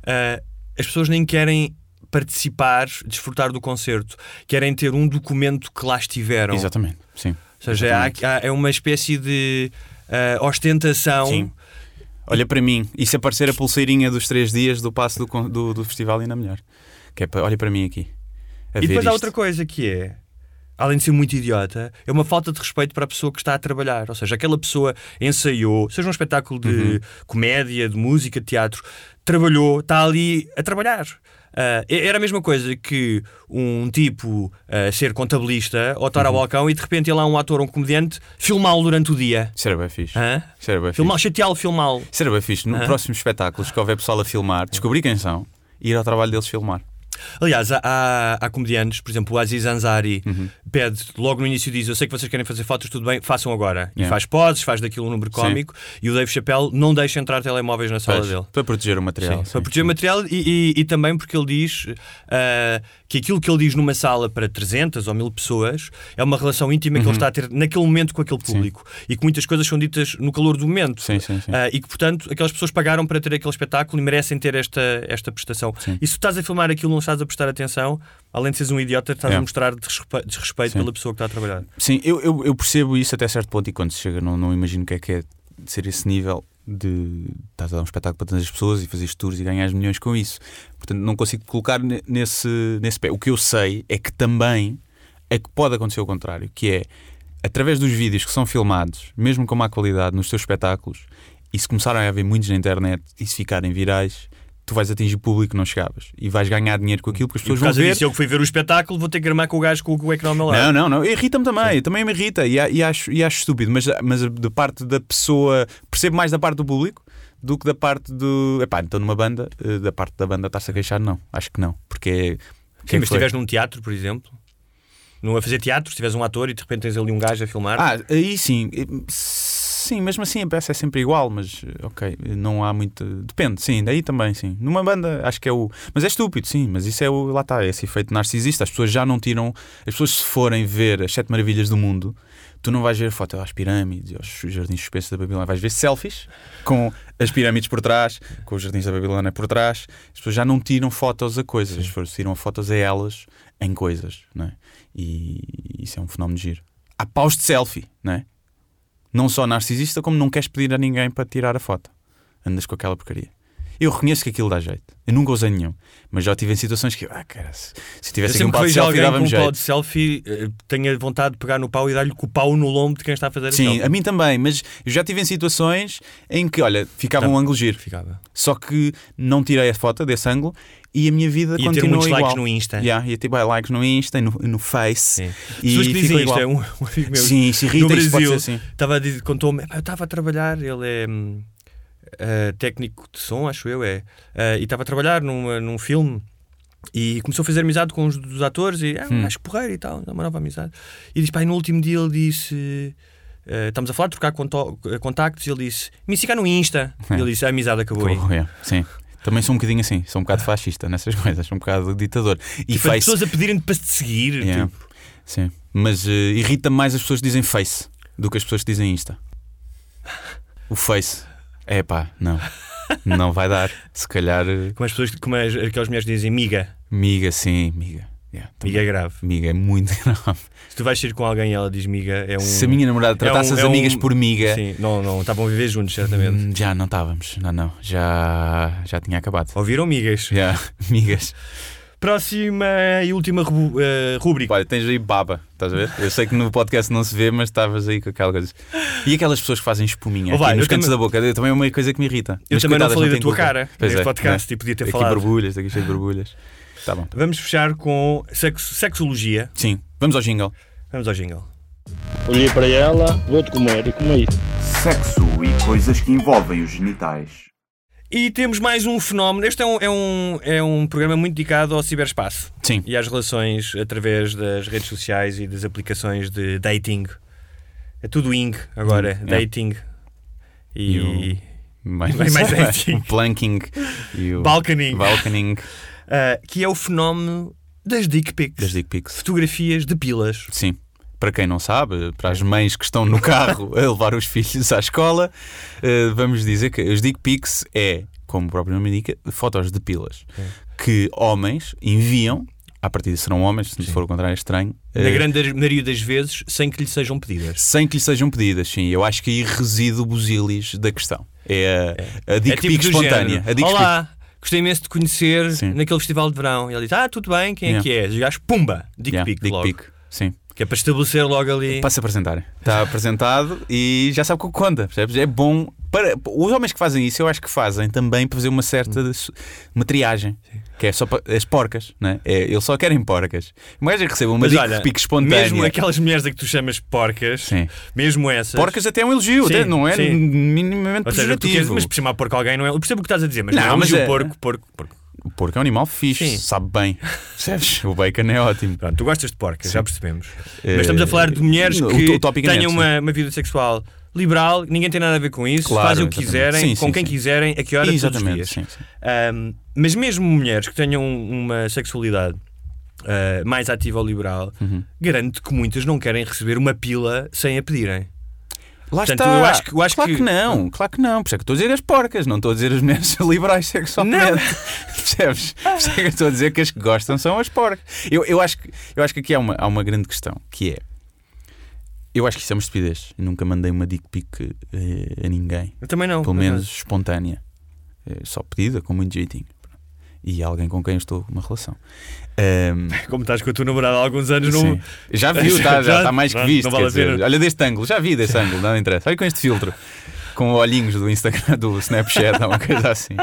Speaker 2: as pessoas nem querem participar, desfrutar do concerto, querem ter um documento que lá estiveram.
Speaker 3: Exatamente, sim.
Speaker 2: Ou seja, é uma espécie de ostentação.
Speaker 3: Sim. Olha para mim, e se aparecer a pulseirinha dos 3 dias do passe do festival, ainda melhor. Que é olha para mim aqui.
Speaker 2: E depois há outra coisa que é, além de ser muito idiota, é uma falta de respeito para a pessoa que está a trabalhar. Ou seja, aquela pessoa ensaiou, seja um espetáculo de comédia, de música, de teatro, trabalhou, está ali a trabalhar. Era a mesma coisa que um tipo ser contabilista ou estar ao balcão e de repente ir lá um ator ou um comediante filmá-lo durante o dia.
Speaker 3: Isso era bem fixe.
Speaker 2: Chateá-lo, filmá-lo.
Speaker 3: Isso era bem fixe. No próximo espetáculos que houver pessoal a filmar, descobrir quem são e ir ao trabalho deles filmar.
Speaker 2: Aliás, há comediantes, por exemplo, o Aziz Ansari pede, logo no início diz: eu sei que vocês querem fazer fotos, tudo bem, façam agora. E faz poses, faz daquilo um número cómico. E o Dave Chappelle não deixa entrar telemóveis na sala dele.
Speaker 3: Para proteger o material.
Speaker 2: Para proteger o material e também porque ele diz que aquilo que ele diz numa sala para 300 ou 1000 pessoas é uma relação íntima que ele está a ter naquele momento com aquele público. E que muitas coisas são ditas no calor do momento. E que, portanto, aquelas pessoas pagaram para ter aquele espetáculo e merecem ter esta prestação. E se tu estás a filmar aquilo, não estás a prestar atenção, além de seres um idiota, estás a mostrar desrespeito pela pessoa que está a trabalhar.
Speaker 3: Sim, eu percebo isso até certo ponto, e quando se chega não imagino o que é ser esse nível de estás a dar um espetáculo para tantas pessoas e fazeres tours e ganhas milhões com isso. Portanto, não consigo colocar nesse pé. O que eu sei é que também é que pode acontecer o contrário, que é, através dos vídeos que são filmados, mesmo com má qualidade, nos teus espetáculos, e se começarem a haver muitos na internet e se ficarem virais, tu vais atingir público que não chegavas e vais ganhar dinheiro com aquilo, porque as pessoas vão ver.
Speaker 2: Disso, eu que fui ver o espetáculo, vou ter que armar com o gajo com o ecrã ao meu lado.
Speaker 3: Não, irrita-me também me irrita e acho estúpido, mas da parte da pessoa, percebo mais da parte do público do que da parte do... então numa banda, da parte da banda está-se a queixar, não, acho que não, porque
Speaker 2: sim, mas se estiveres num teatro, por exemplo, não a fazer teatro, se tiveres um ator e de repente tens ali um gajo a filmar...
Speaker 3: aí sim, mesmo assim a peça é sempre igual, mas ok, não há muito... Depende, sim, daí também, sim. Numa banda acho que é o... Mas é estúpido, sim, mas isso é lá está, esse efeito narcisista. As pessoas já não tiram... As pessoas, se forem ver as 7 maravilhas do mundo, tu não vais ver foto às pirâmides, aos jardins suspensos da Babilónia, vais ver selfies com as pirâmides por trás, com os jardins da Babilónia por trás. As pessoas já não tiram fotos a coisas, as pessoas tiram fotos a elas em coisas, não é? E isso é um fenómeno de giro. Há paus de selfie, não é? Não só narcisista, como não queres pedir a ninguém para tirar a foto. Andas com aquela porcaria. Eu reconheço que aquilo dá jeito. Eu nunca usei nenhum. Mas já tive em situações que, cara, se tivesse aqui um pau de selfie, dava-me jeito.
Speaker 2: Um pau de selfie, tenho vontade de pegar no pau e dar-lhe com o pau no lombo de quem está a fazer a selfie.
Speaker 3: Sim, a mim também. Mas eu já tive em situações em que, olha, ficava um ângulo giro.
Speaker 2: Ficava.
Speaker 3: Só que não tirei a foto desse ângulo e a minha vida continuou igual. Ia ter muitos
Speaker 2: likes no Insta.
Speaker 3: Ia ter likes no Insta e no Face.
Speaker 2: Sim. Pessoas que dizem isto, é um amigo meu.
Speaker 3: Sim, se irrita,
Speaker 2: no Brasil,
Speaker 3: assim.
Speaker 2: contou-me, eu estava a trabalhar, ele é técnico de som, acho eu, e estava a trabalhar num filme e começou a fazer amizade com uns dos atores e acho que porreiro e tal, uma nova amizade. E disse, no último dia ele disse... estamos a falar de trocar contactos e ele disse, me siga no Insta. E ele disse, a amizade acabou aí.
Speaker 3: Sim. Também sou um bocadinho assim, sou um bocado fascista nessas coisas, sou um bocado ditador. E
Speaker 2: tipo, as pessoas a pedirem para te seguir. Tipo.
Speaker 3: Sim, mas irrita-me mais as pessoas que dizem Face do que as pessoas que dizem Insta. O Face, não vai dar. Se calhar.
Speaker 2: Como aquelas mulheres dizem miga.
Speaker 3: Miga, sim, miga.
Speaker 2: Miga é grave.
Speaker 3: Miga é muito grave.
Speaker 2: Se tu vais sair com alguém e ela diz miga, é um...
Speaker 3: Se a minha namorada tratasse as amigas por miga...
Speaker 2: Sim, não estavam a viver juntos, certamente.
Speaker 3: Já não estávamos, não. Já tinha acabado.
Speaker 2: Ouviram migas?
Speaker 3: Já, migas.
Speaker 2: Próxima e última rúbrica.
Speaker 3: Olha, tens aí baba, estás a ver? Eu sei que no podcast não se vê, mas estavas aí com aquela coisa. E aquelas pessoas que fazem espuminha aqui nos cantos da boca, também é uma coisa que me irrita.
Speaker 2: Eu também não falei da tua cara neste podcast
Speaker 3: e
Speaker 2: podia ter
Speaker 3: aqui
Speaker 2: falado.
Speaker 3: Borbulhas, aqui cheio de borbulhas. Tá bom.
Speaker 2: Vamos fechar com sexologia.
Speaker 3: Sim, vamos ao jingle.
Speaker 12: Olhei para ela, vou-te comer e comi.
Speaker 1: Sexo e coisas que envolvem os genitais.
Speaker 2: E temos mais um fenómeno. Este é um programa muito dedicado ao ciberespaço.
Speaker 3: Sim.
Speaker 2: E às relações através das redes sociais e das aplicações de dating. É tudo ing agora. Dating. E mais dating.
Speaker 3: O planking. E o
Speaker 2: balcaning. Que é o fenómeno das dick pics. Fotografias de pilas.
Speaker 3: Sim. Para quem não sabe, para as mães que estão no carro a levar os filhos à escola, vamos dizer que os dick pics é, como o próprio nome indica, fotos de pilas que homens enviam, a partir de serão homens, se for o contrário é estranho.
Speaker 2: Na grande maioria das vezes, sem que lhe sejam pedidas.
Speaker 3: Sim. Eu acho que aí reside o busilis da questão. É a dick pic espontânea.
Speaker 2: Olá, gostei imenso de conhecer naquele festival de verão. E ele diz, tudo bem, quem é que é? E o gajo, pumba, dick pic logo.
Speaker 3: Dick pic, sim.
Speaker 2: Que é para estabelecer logo ali.
Speaker 3: Para se apresentar. Está apresentado e já sabe o que conta. Percebes? É bom. Os homens que fazem isso, eu acho que fazem também para fazer uma certa uma triagem. Que é só para as porcas, não é? Eles só querem porcas. Mas que recebam uma dick pic espontânea.
Speaker 2: Mesmo aquelas mulheres a que tu chamas porcas, mesmo essas.
Speaker 3: Porcas até é um elogio, até não é minimamente pejorativo.
Speaker 2: Mas por chamar porco alguém não é. Eu percebo o que estás a dizer, mas não é elogio porco.
Speaker 3: O porco é um animal fixe, sabe bem. Percebes? O bacon é ótimo.
Speaker 2: Pronto, tu gostas de porcas, já percebemos. Mas estamos a falar de mulheres que tenham uma vida sexual liberal, ninguém tem nada a ver com isso, fazem o que quiserem, com quem quiserem, a que hora, todos os dias. Mas mesmo mulheres que tenham uma sexualidade mais ativa ou liberal, garanto que muitas não querem receber uma pila sem a pedirem.
Speaker 3: Lá Portanto, está. Eu acho claro que não. Claro que não. Por isso é que estou a dizer as porcas, não estou a dizer as mulheres liberais sexualmente. Percebes? Por isso é que estou a dizer que as que gostam são as porcas. Eu acho que aqui há uma grande questão, que é... Eu acho que isso é uma estupidez. Eu nunca mandei uma dick pic a ninguém.
Speaker 2: Eu também não.
Speaker 3: Pelo menos espontânea. Só pedida, com muito jeitinho. E alguém com quem eu estou numa relação.
Speaker 2: Como estás com a tua namorada há alguns anos, não...
Speaker 3: Já viu, já está mais que visto. Vale dizer, olha deste ângulo, já vi desse ângulo, não interessa. Olha com este filtro, com olhinhos do Instagram, do Snapchat, uma coisa assim.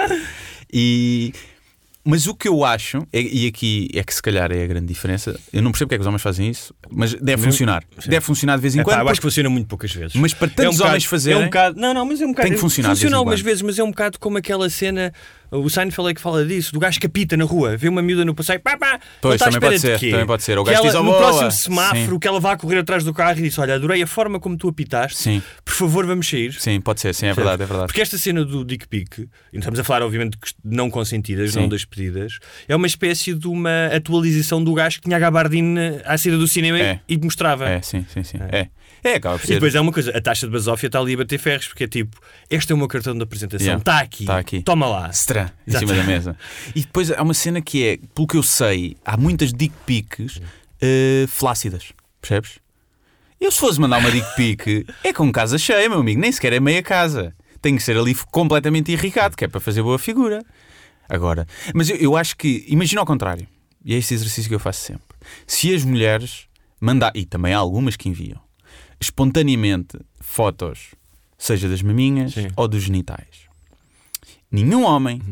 Speaker 3: Mas o que eu acho, e aqui é que se calhar é a grande diferença, eu não percebo porque é que os homens fazem isso, mas deve funcionar. Deve funcionar de vez em quando.
Speaker 2: Eu acho que funciona muito poucas vezes.
Speaker 3: Mas para tantos homens fazerem...
Speaker 2: mas é um bocado...
Speaker 3: Tem que funcionar
Speaker 2: funciona algumas vezes, mas é um bocado como aquela cena... O Seinfeld é que fala disso, do gajo que apita na rua, vê uma miúda no passeio,
Speaker 3: pois, também pode ser. O gajo diz
Speaker 2: no próximo semáforo que ela vá correr atrás do carro e diz: olha, adorei a forma como tu apitaste, por favor, vamos sair.
Speaker 3: Sim, pode ser, é verdade.
Speaker 2: Porque esta cena do dick pic, e estamos a falar, obviamente, de não consentidas, não das pedidas, é uma espécie de uma atualização do gajo que tinha a gabardine à saída do cinema e mostrava.
Speaker 3: Sim. Acaba por ser.
Speaker 2: E depois é uma coisa, a taxa de basófia está ali a bater ferros, porque é tipo, este é o meu cartão de apresentação, está aqui, toma lá.
Speaker 3: Em cima da mesa. E depois há uma cena que é, pelo que eu sei, há muitas dick pics flácidas, percebes? Eu se fosse mandar uma dick pic é com casa cheia, meu amigo, nem sequer é meia casa. Tem que ser ali completamente irrigado, que é para fazer boa figura. Agora, mas eu acho que, imagina ao contrário, e é esse exercício que eu faço sempre. Se as mulheres e também há algumas que enviam, espontaneamente fotos, seja das maminhas ou dos genitais, nenhum homem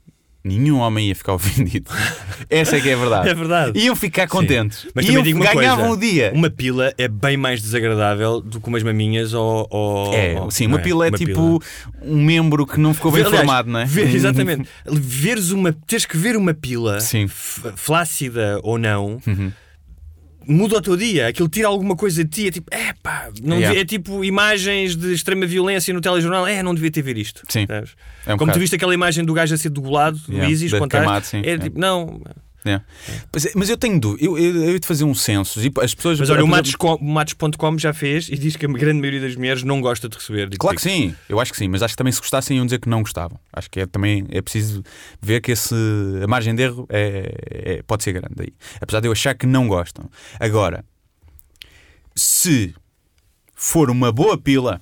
Speaker 3: ia ficar ofendido. Essa é que é a verdade.
Speaker 2: É verdade.
Speaker 3: Iam ficar contentes.
Speaker 2: Mas também digo uma
Speaker 3: ganhavam
Speaker 2: coisa,
Speaker 3: o dia.
Speaker 2: Uma pila é bem mais desagradável do que umas maminhas
Speaker 3: uma pila é tipo um membro que não ficou bem formado, não é?
Speaker 2: Exatamente. Teres que ver uma pila flácida ou não... muda o teu dia, aquilo tira alguma coisa de ti, é tipo, é tipo imagens de extrema violência no telejornal, não devia ter ver isto.
Speaker 3: Sim.
Speaker 2: Como tu viste aquela imagem do gajo a ser degolado, do ISIS, tipo, não.
Speaker 3: Mas eu tenho dúvida, eu ia-te fazer um censo e as pessoas.
Speaker 2: Mas olha, o Matos.com já fez e diz que a grande maioria das mulheres não gosta de receber.
Speaker 3: Claro que sim, eu acho que sim, mas acho que também se gostassem iam dizer que não gostavam. Acho que também é preciso ver que a margem de erro pode ser grande aí. Apesar de eu achar que não gostam. Agora, se for uma boa pila,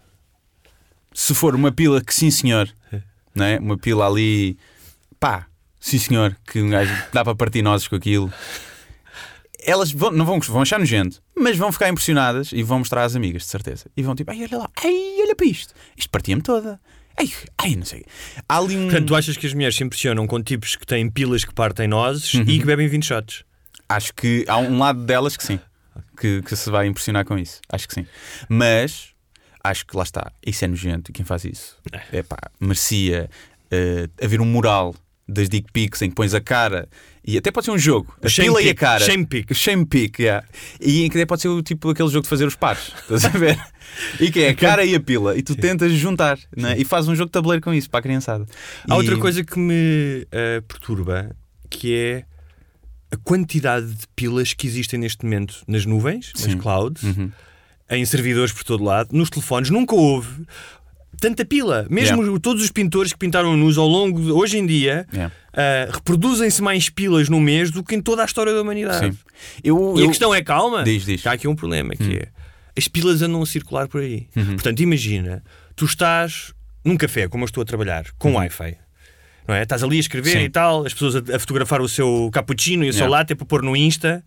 Speaker 3: se for uma pila que sim senhor, não é? Uma pila ali, sim senhor, que um gajo dá para partir nozes com aquilo. Elas não vão achar nojento, mas vão ficar impressionadas e vão mostrar às amigas, de certeza. E vão tipo, ai, olha lá, ai, olha para isto. Isto partia-me toda. Ai, não sei. Há ali
Speaker 2: Portanto, tu achas que as mulheres se impressionam com tipos que têm pilas que partem nozes e que bebem 20 shots?
Speaker 3: Acho que há um lado delas que sim, que se vai impressionar com isso. Acho que sim. Mas acho que lá está, isso é nojento. E quem faz isso? Merecia haver um mural das dick pics em que pões a cara e até pode ser um jogo, a pila e a cara. Shame pic, yeah. E em que até pode ser tipo aquele jogo de fazer os pares. Estás a ver? E que é a cara e a pila. E tu tentas juntar, né? E fazes um jogo de tabuleiro com isso para a criançada.
Speaker 2: Há outra coisa que me perturba, que é a quantidade de pilas que existem neste momento nas nuvens, nas clouds, em servidores por todo lado, nos telefones. Nunca houve tanta pila. Mesmo todos os pintores que pintaram nus ao longo de hoje em dia reproduzem-se mais pilas no mês do que em toda a história da humanidade. Sim. E a questão é, calma, há aqui um problema, que é as pilas andam a circular por aí. Portanto, imagina, tu estás num café, como eu estou a trabalhar, com Wi-Fi. Não é? Estás ali a escrever e tal, as pessoas a fotografar o seu cappuccino e o seu latte para pôr no Insta.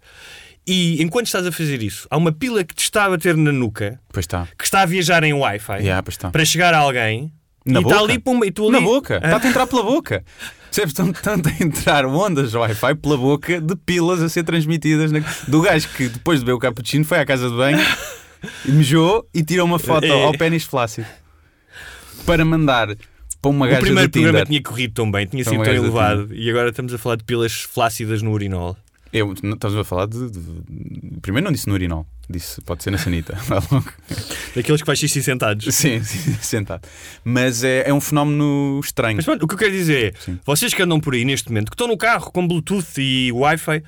Speaker 2: E enquanto estás a fazer isso, há uma pila que te está a bater na nuca, que está a viajar em Wi-Fi para chegar a alguém
Speaker 3: na boca.
Speaker 2: Está ali, pumba, e tu ali...
Speaker 3: Na boca, está-te a entrar pela boca. Percebes? Estão a entrar ondas Wi-Fi pela boca de pilas a ser transmitidas do gajo que depois de beber o cappuccino foi à casa de banho, mijou e tirou uma foto ao pênis flácido para mandar para uma gaja do Tinder.
Speaker 2: O primeiro programa tinha corrido tão bem, tinha sido tão elevado, e agora estamos a falar de pilas flácidas no urinol.
Speaker 3: Estamos a falar de. Primeiro não disse no urinol, disse pode ser na sanita.
Speaker 2: Daqueles que faz xixi sentados.
Speaker 3: Sim, sentado. Mas é um fenómeno estranho.
Speaker 2: Mas pronto, o que eu quero dizer é, vocês que andam por aí neste momento, que estão no carro com Bluetooth e Wi-Fi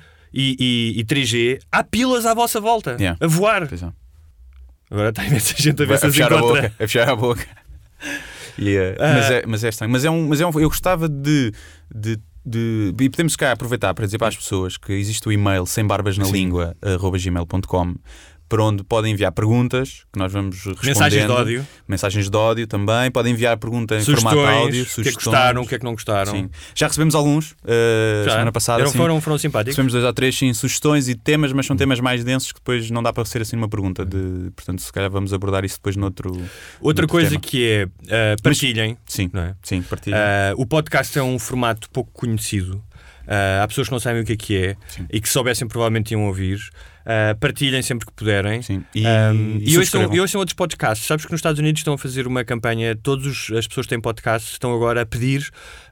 Speaker 2: e 3G, há pilas à vossa volta a voar. Agora está imensa gente a ver se as encontra.
Speaker 3: A fechar a boca. Mas é estranho. Eu gostava de e podemos cá aproveitar para dizer para as pessoas que existe o e-mail sembarbasnalingua@gmail.com, para onde podem enviar perguntas que nós vamos respondendo. Mensagens de ódio também. Podem enviar perguntas em formato áudio.
Speaker 2: O que é que gostaram, o que é que não gostaram.
Speaker 3: Sim. Já recebemos alguns semana passada.
Speaker 2: Foram simpáticos.
Speaker 3: Recebemos 2 ou 3 sugestões e temas, mas são temas mais densos que depois não dá para ser assim uma pergunta. Portanto, se calhar vamos abordar isso depois
Speaker 2: Outra coisa tema. Que é partilhem.
Speaker 3: Sim,
Speaker 2: não é?
Speaker 3: Sim, partilhem.
Speaker 2: O podcast é um formato pouco conhecido. Há pessoas que não sabem o que é e que soubessem provavelmente iam ouvir. Partilhem sempre que puderem.
Speaker 3: E
Speaker 2: ouçam outros podcasts. Sabes que nos Estados Unidos estão a fazer uma campanha, todas as pessoas que têm podcasts estão agora a pedir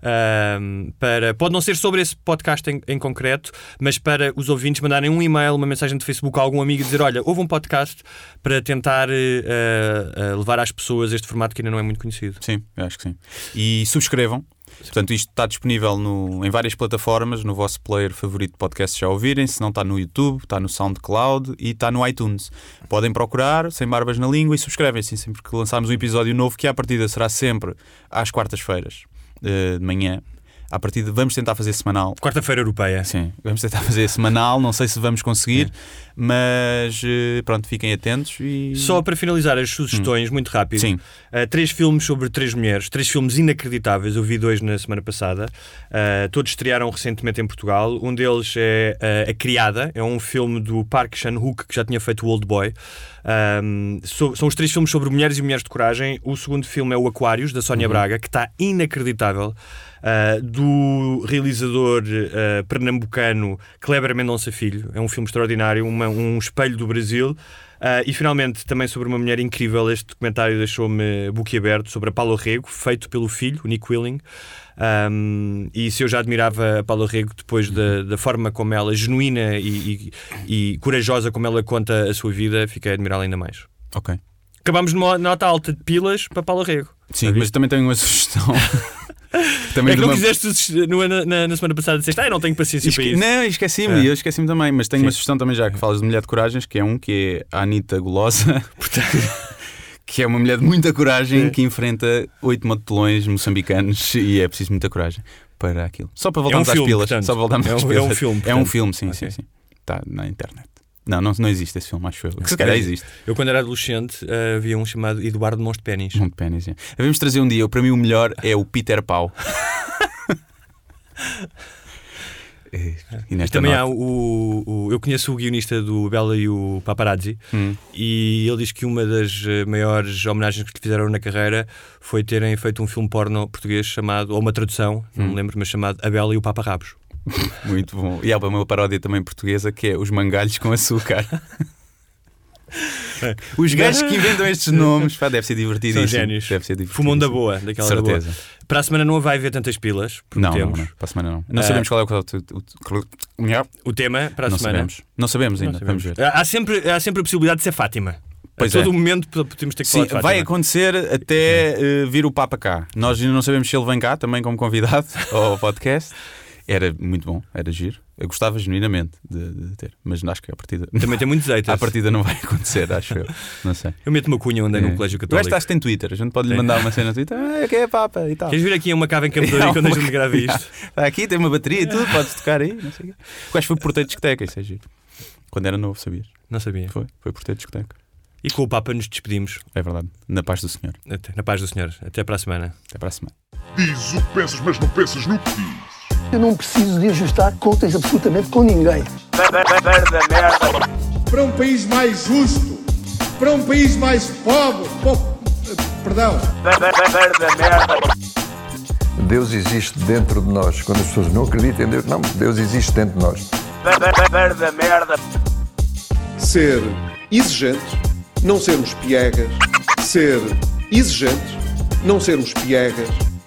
Speaker 2: para, pode não ser sobre esse podcast em concreto, mas para os ouvintes mandarem um e-mail, uma mensagem de Facebook a algum amigo e dizer, olha, houve um podcast, para tentar levar às pessoas este formato que ainda não é muito conhecido.
Speaker 3: Sim, eu acho que sim. E subscrevam. Portanto, isto está disponível em várias plataformas, no vosso player favorito de podcast já ouvirem. Se não, está no YouTube, está no SoundCloud e está no iTunes. Podem procurar Sem Barbas na Língua e subscrevem-se sempre que lançarmos um episódio novo, que à partida será sempre às quartas-feiras de manhã. À partida vamos tentar fazer semanal.
Speaker 2: Quarta-feira europeia.
Speaker 3: Sim, vamos tentar fazer semanal. Não sei se vamos conseguir, mas pronto, fiquem atentos.
Speaker 2: Só para finalizar as sugestões, muito rápido.
Speaker 3: Sim.
Speaker 2: 3 filmes sobre 3 mulheres, 3 filmes inacreditáveis. Eu vi 2 na semana passada. Todos estrearam recentemente em Portugal. Um deles é A Criada. É um filme do Park Chan-wook, que já tinha feito o Old Boy. São os 3 filmes sobre mulheres e mulheres de coragem. O segundo filme é o Aquários, da Sónia Braga, que está inacreditável. Do realizador pernambucano Kleber Mendonça Filho. É um filme extraordinário, um espelho do Brasil. E finalmente também sobre uma mulher incrível. Este documentário deixou-me boquiaberto, sobre a Paula Rego, feito pelo filho, o Nick Willing. E se eu já admirava a Paula Rego depois da forma como ela, genuína e corajosa como ela conta a sua vida, fiquei a admirá-la ainda mais.
Speaker 3: Ok.
Speaker 2: Acabamos de nota alta de pilas para Paula Rego.
Speaker 3: Sim, mas também tenho uma sugestão.
Speaker 2: Também não quiseste na semana passada, disseste, não tenho paciência para isso.
Speaker 3: Não, esqueci-me, eu esqueci-me também. Mas tenho uma sugestão também, já que falas de mulher de coragens, que é a Anitta Golosa. Que é uma mulher de muita coragem que enfrenta 8 matelões moçambicanos e é preciso muita coragem para aquilo. Só para voltarmos às pilas. Só para voltarmos às pilas.
Speaker 2: É um filme.
Speaker 3: É um filme, sim. Está na internet. Não existe esse filme, acho eu. Que se calhar existe.
Speaker 2: Eu, quando era adolescente, havia um chamado Eduardo Mãos de Pénis.
Speaker 3: Mãos de Pénis, Devemos trazer um dia. Para mim, o melhor é o Peter Pau. E nesta
Speaker 2: também
Speaker 3: nota...
Speaker 2: há eu conheço o guionista do Bella e o Paparazzi e ele diz que uma das maiores homenagens que lhe fizeram na carreira foi terem feito um filme porno português chamado, ou uma tradução, não me lembro, mas chamado A Bella e o Paparrabos.
Speaker 3: Muito bom. E há uma paródia também portuguesa que é Os Mangalhos com Açúcar. Os gajos que inventam estes nomes, deve ser divertido.
Speaker 2: São génios. Fumam da boa, daquela
Speaker 3: certeza.
Speaker 2: Da boa. Para a semana não vai haver tantas pilas.
Speaker 3: Não, para a semana não. Não sabemos qual é
Speaker 2: o tema para a
Speaker 3: não
Speaker 2: semana.
Speaker 3: Sabemos. Não sabemos ainda. Vamos ver.
Speaker 2: Há sempre a possibilidade de ser Fátima.
Speaker 3: Pois
Speaker 2: a todo momento podemos ter que falar de Fátima.
Speaker 3: Vai acontecer até vir o Papa cá. Nós ainda não sabemos se ele vem cá também como convidado ao podcast. Era muito bom, era giro. Eu gostava genuinamente de ter, mas acho que a partida
Speaker 2: também tem muitos haters.
Speaker 3: A partida não vai acontecer, acho eu. Não sei.
Speaker 2: Eu meto uma cunha onde é no colégio católico.
Speaker 3: Tu estás tem Twitter, a gente pode lhe mandar uma cena no Twitter. Que é Papa e tal.
Speaker 2: Queres vir aqui a uma cava em Campo de Ourique quando a gente grava isto?
Speaker 3: Aqui tem uma bateria e tudo, podes tocar aí. Não sei o quê. Quais foi o porteiro de discoteca? Isso é giro. Quando era novo, sabias?
Speaker 2: Não sabia.
Speaker 3: Foi porteiro de discoteca.
Speaker 2: E com o Papa nos despedimos.
Speaker 3: É verdade. Na paz do Senhor.
Speaker 2: Na paz do Senhor. Até para a semana.
Speaker 3: Até para a semana.
Speaker 4: Diz o que pensas, mas não pensas no que diz.
Speaker 5: Eu não preciso de ajustar contas absolutamente com ninguém.
Speaker 6: Para um país mais justo, para um país mais pobre, perdão.
Speaker 7: Deus existe dentro de nós. Quando as pessoas não acreditam em Deus, não, Deus existe dentro de nós.
Speaker 13: Ser exigente, não sermos piegas. Ser exigente, não sermos piegas.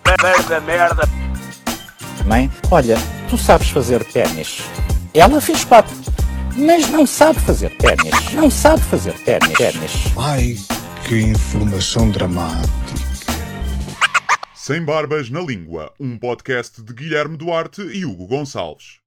Speaker 8: Mãe, olha, tu sabes fazer ténis. Ela fez 4, mas não sabe fazer ténis. Não sabe fazer ténis.
Speaker 9: Ai, que informação dramática.
Speaker 4: Sem Barbas na Língua, um podcast de Guilherme Duarte e Hugo Gonçalves.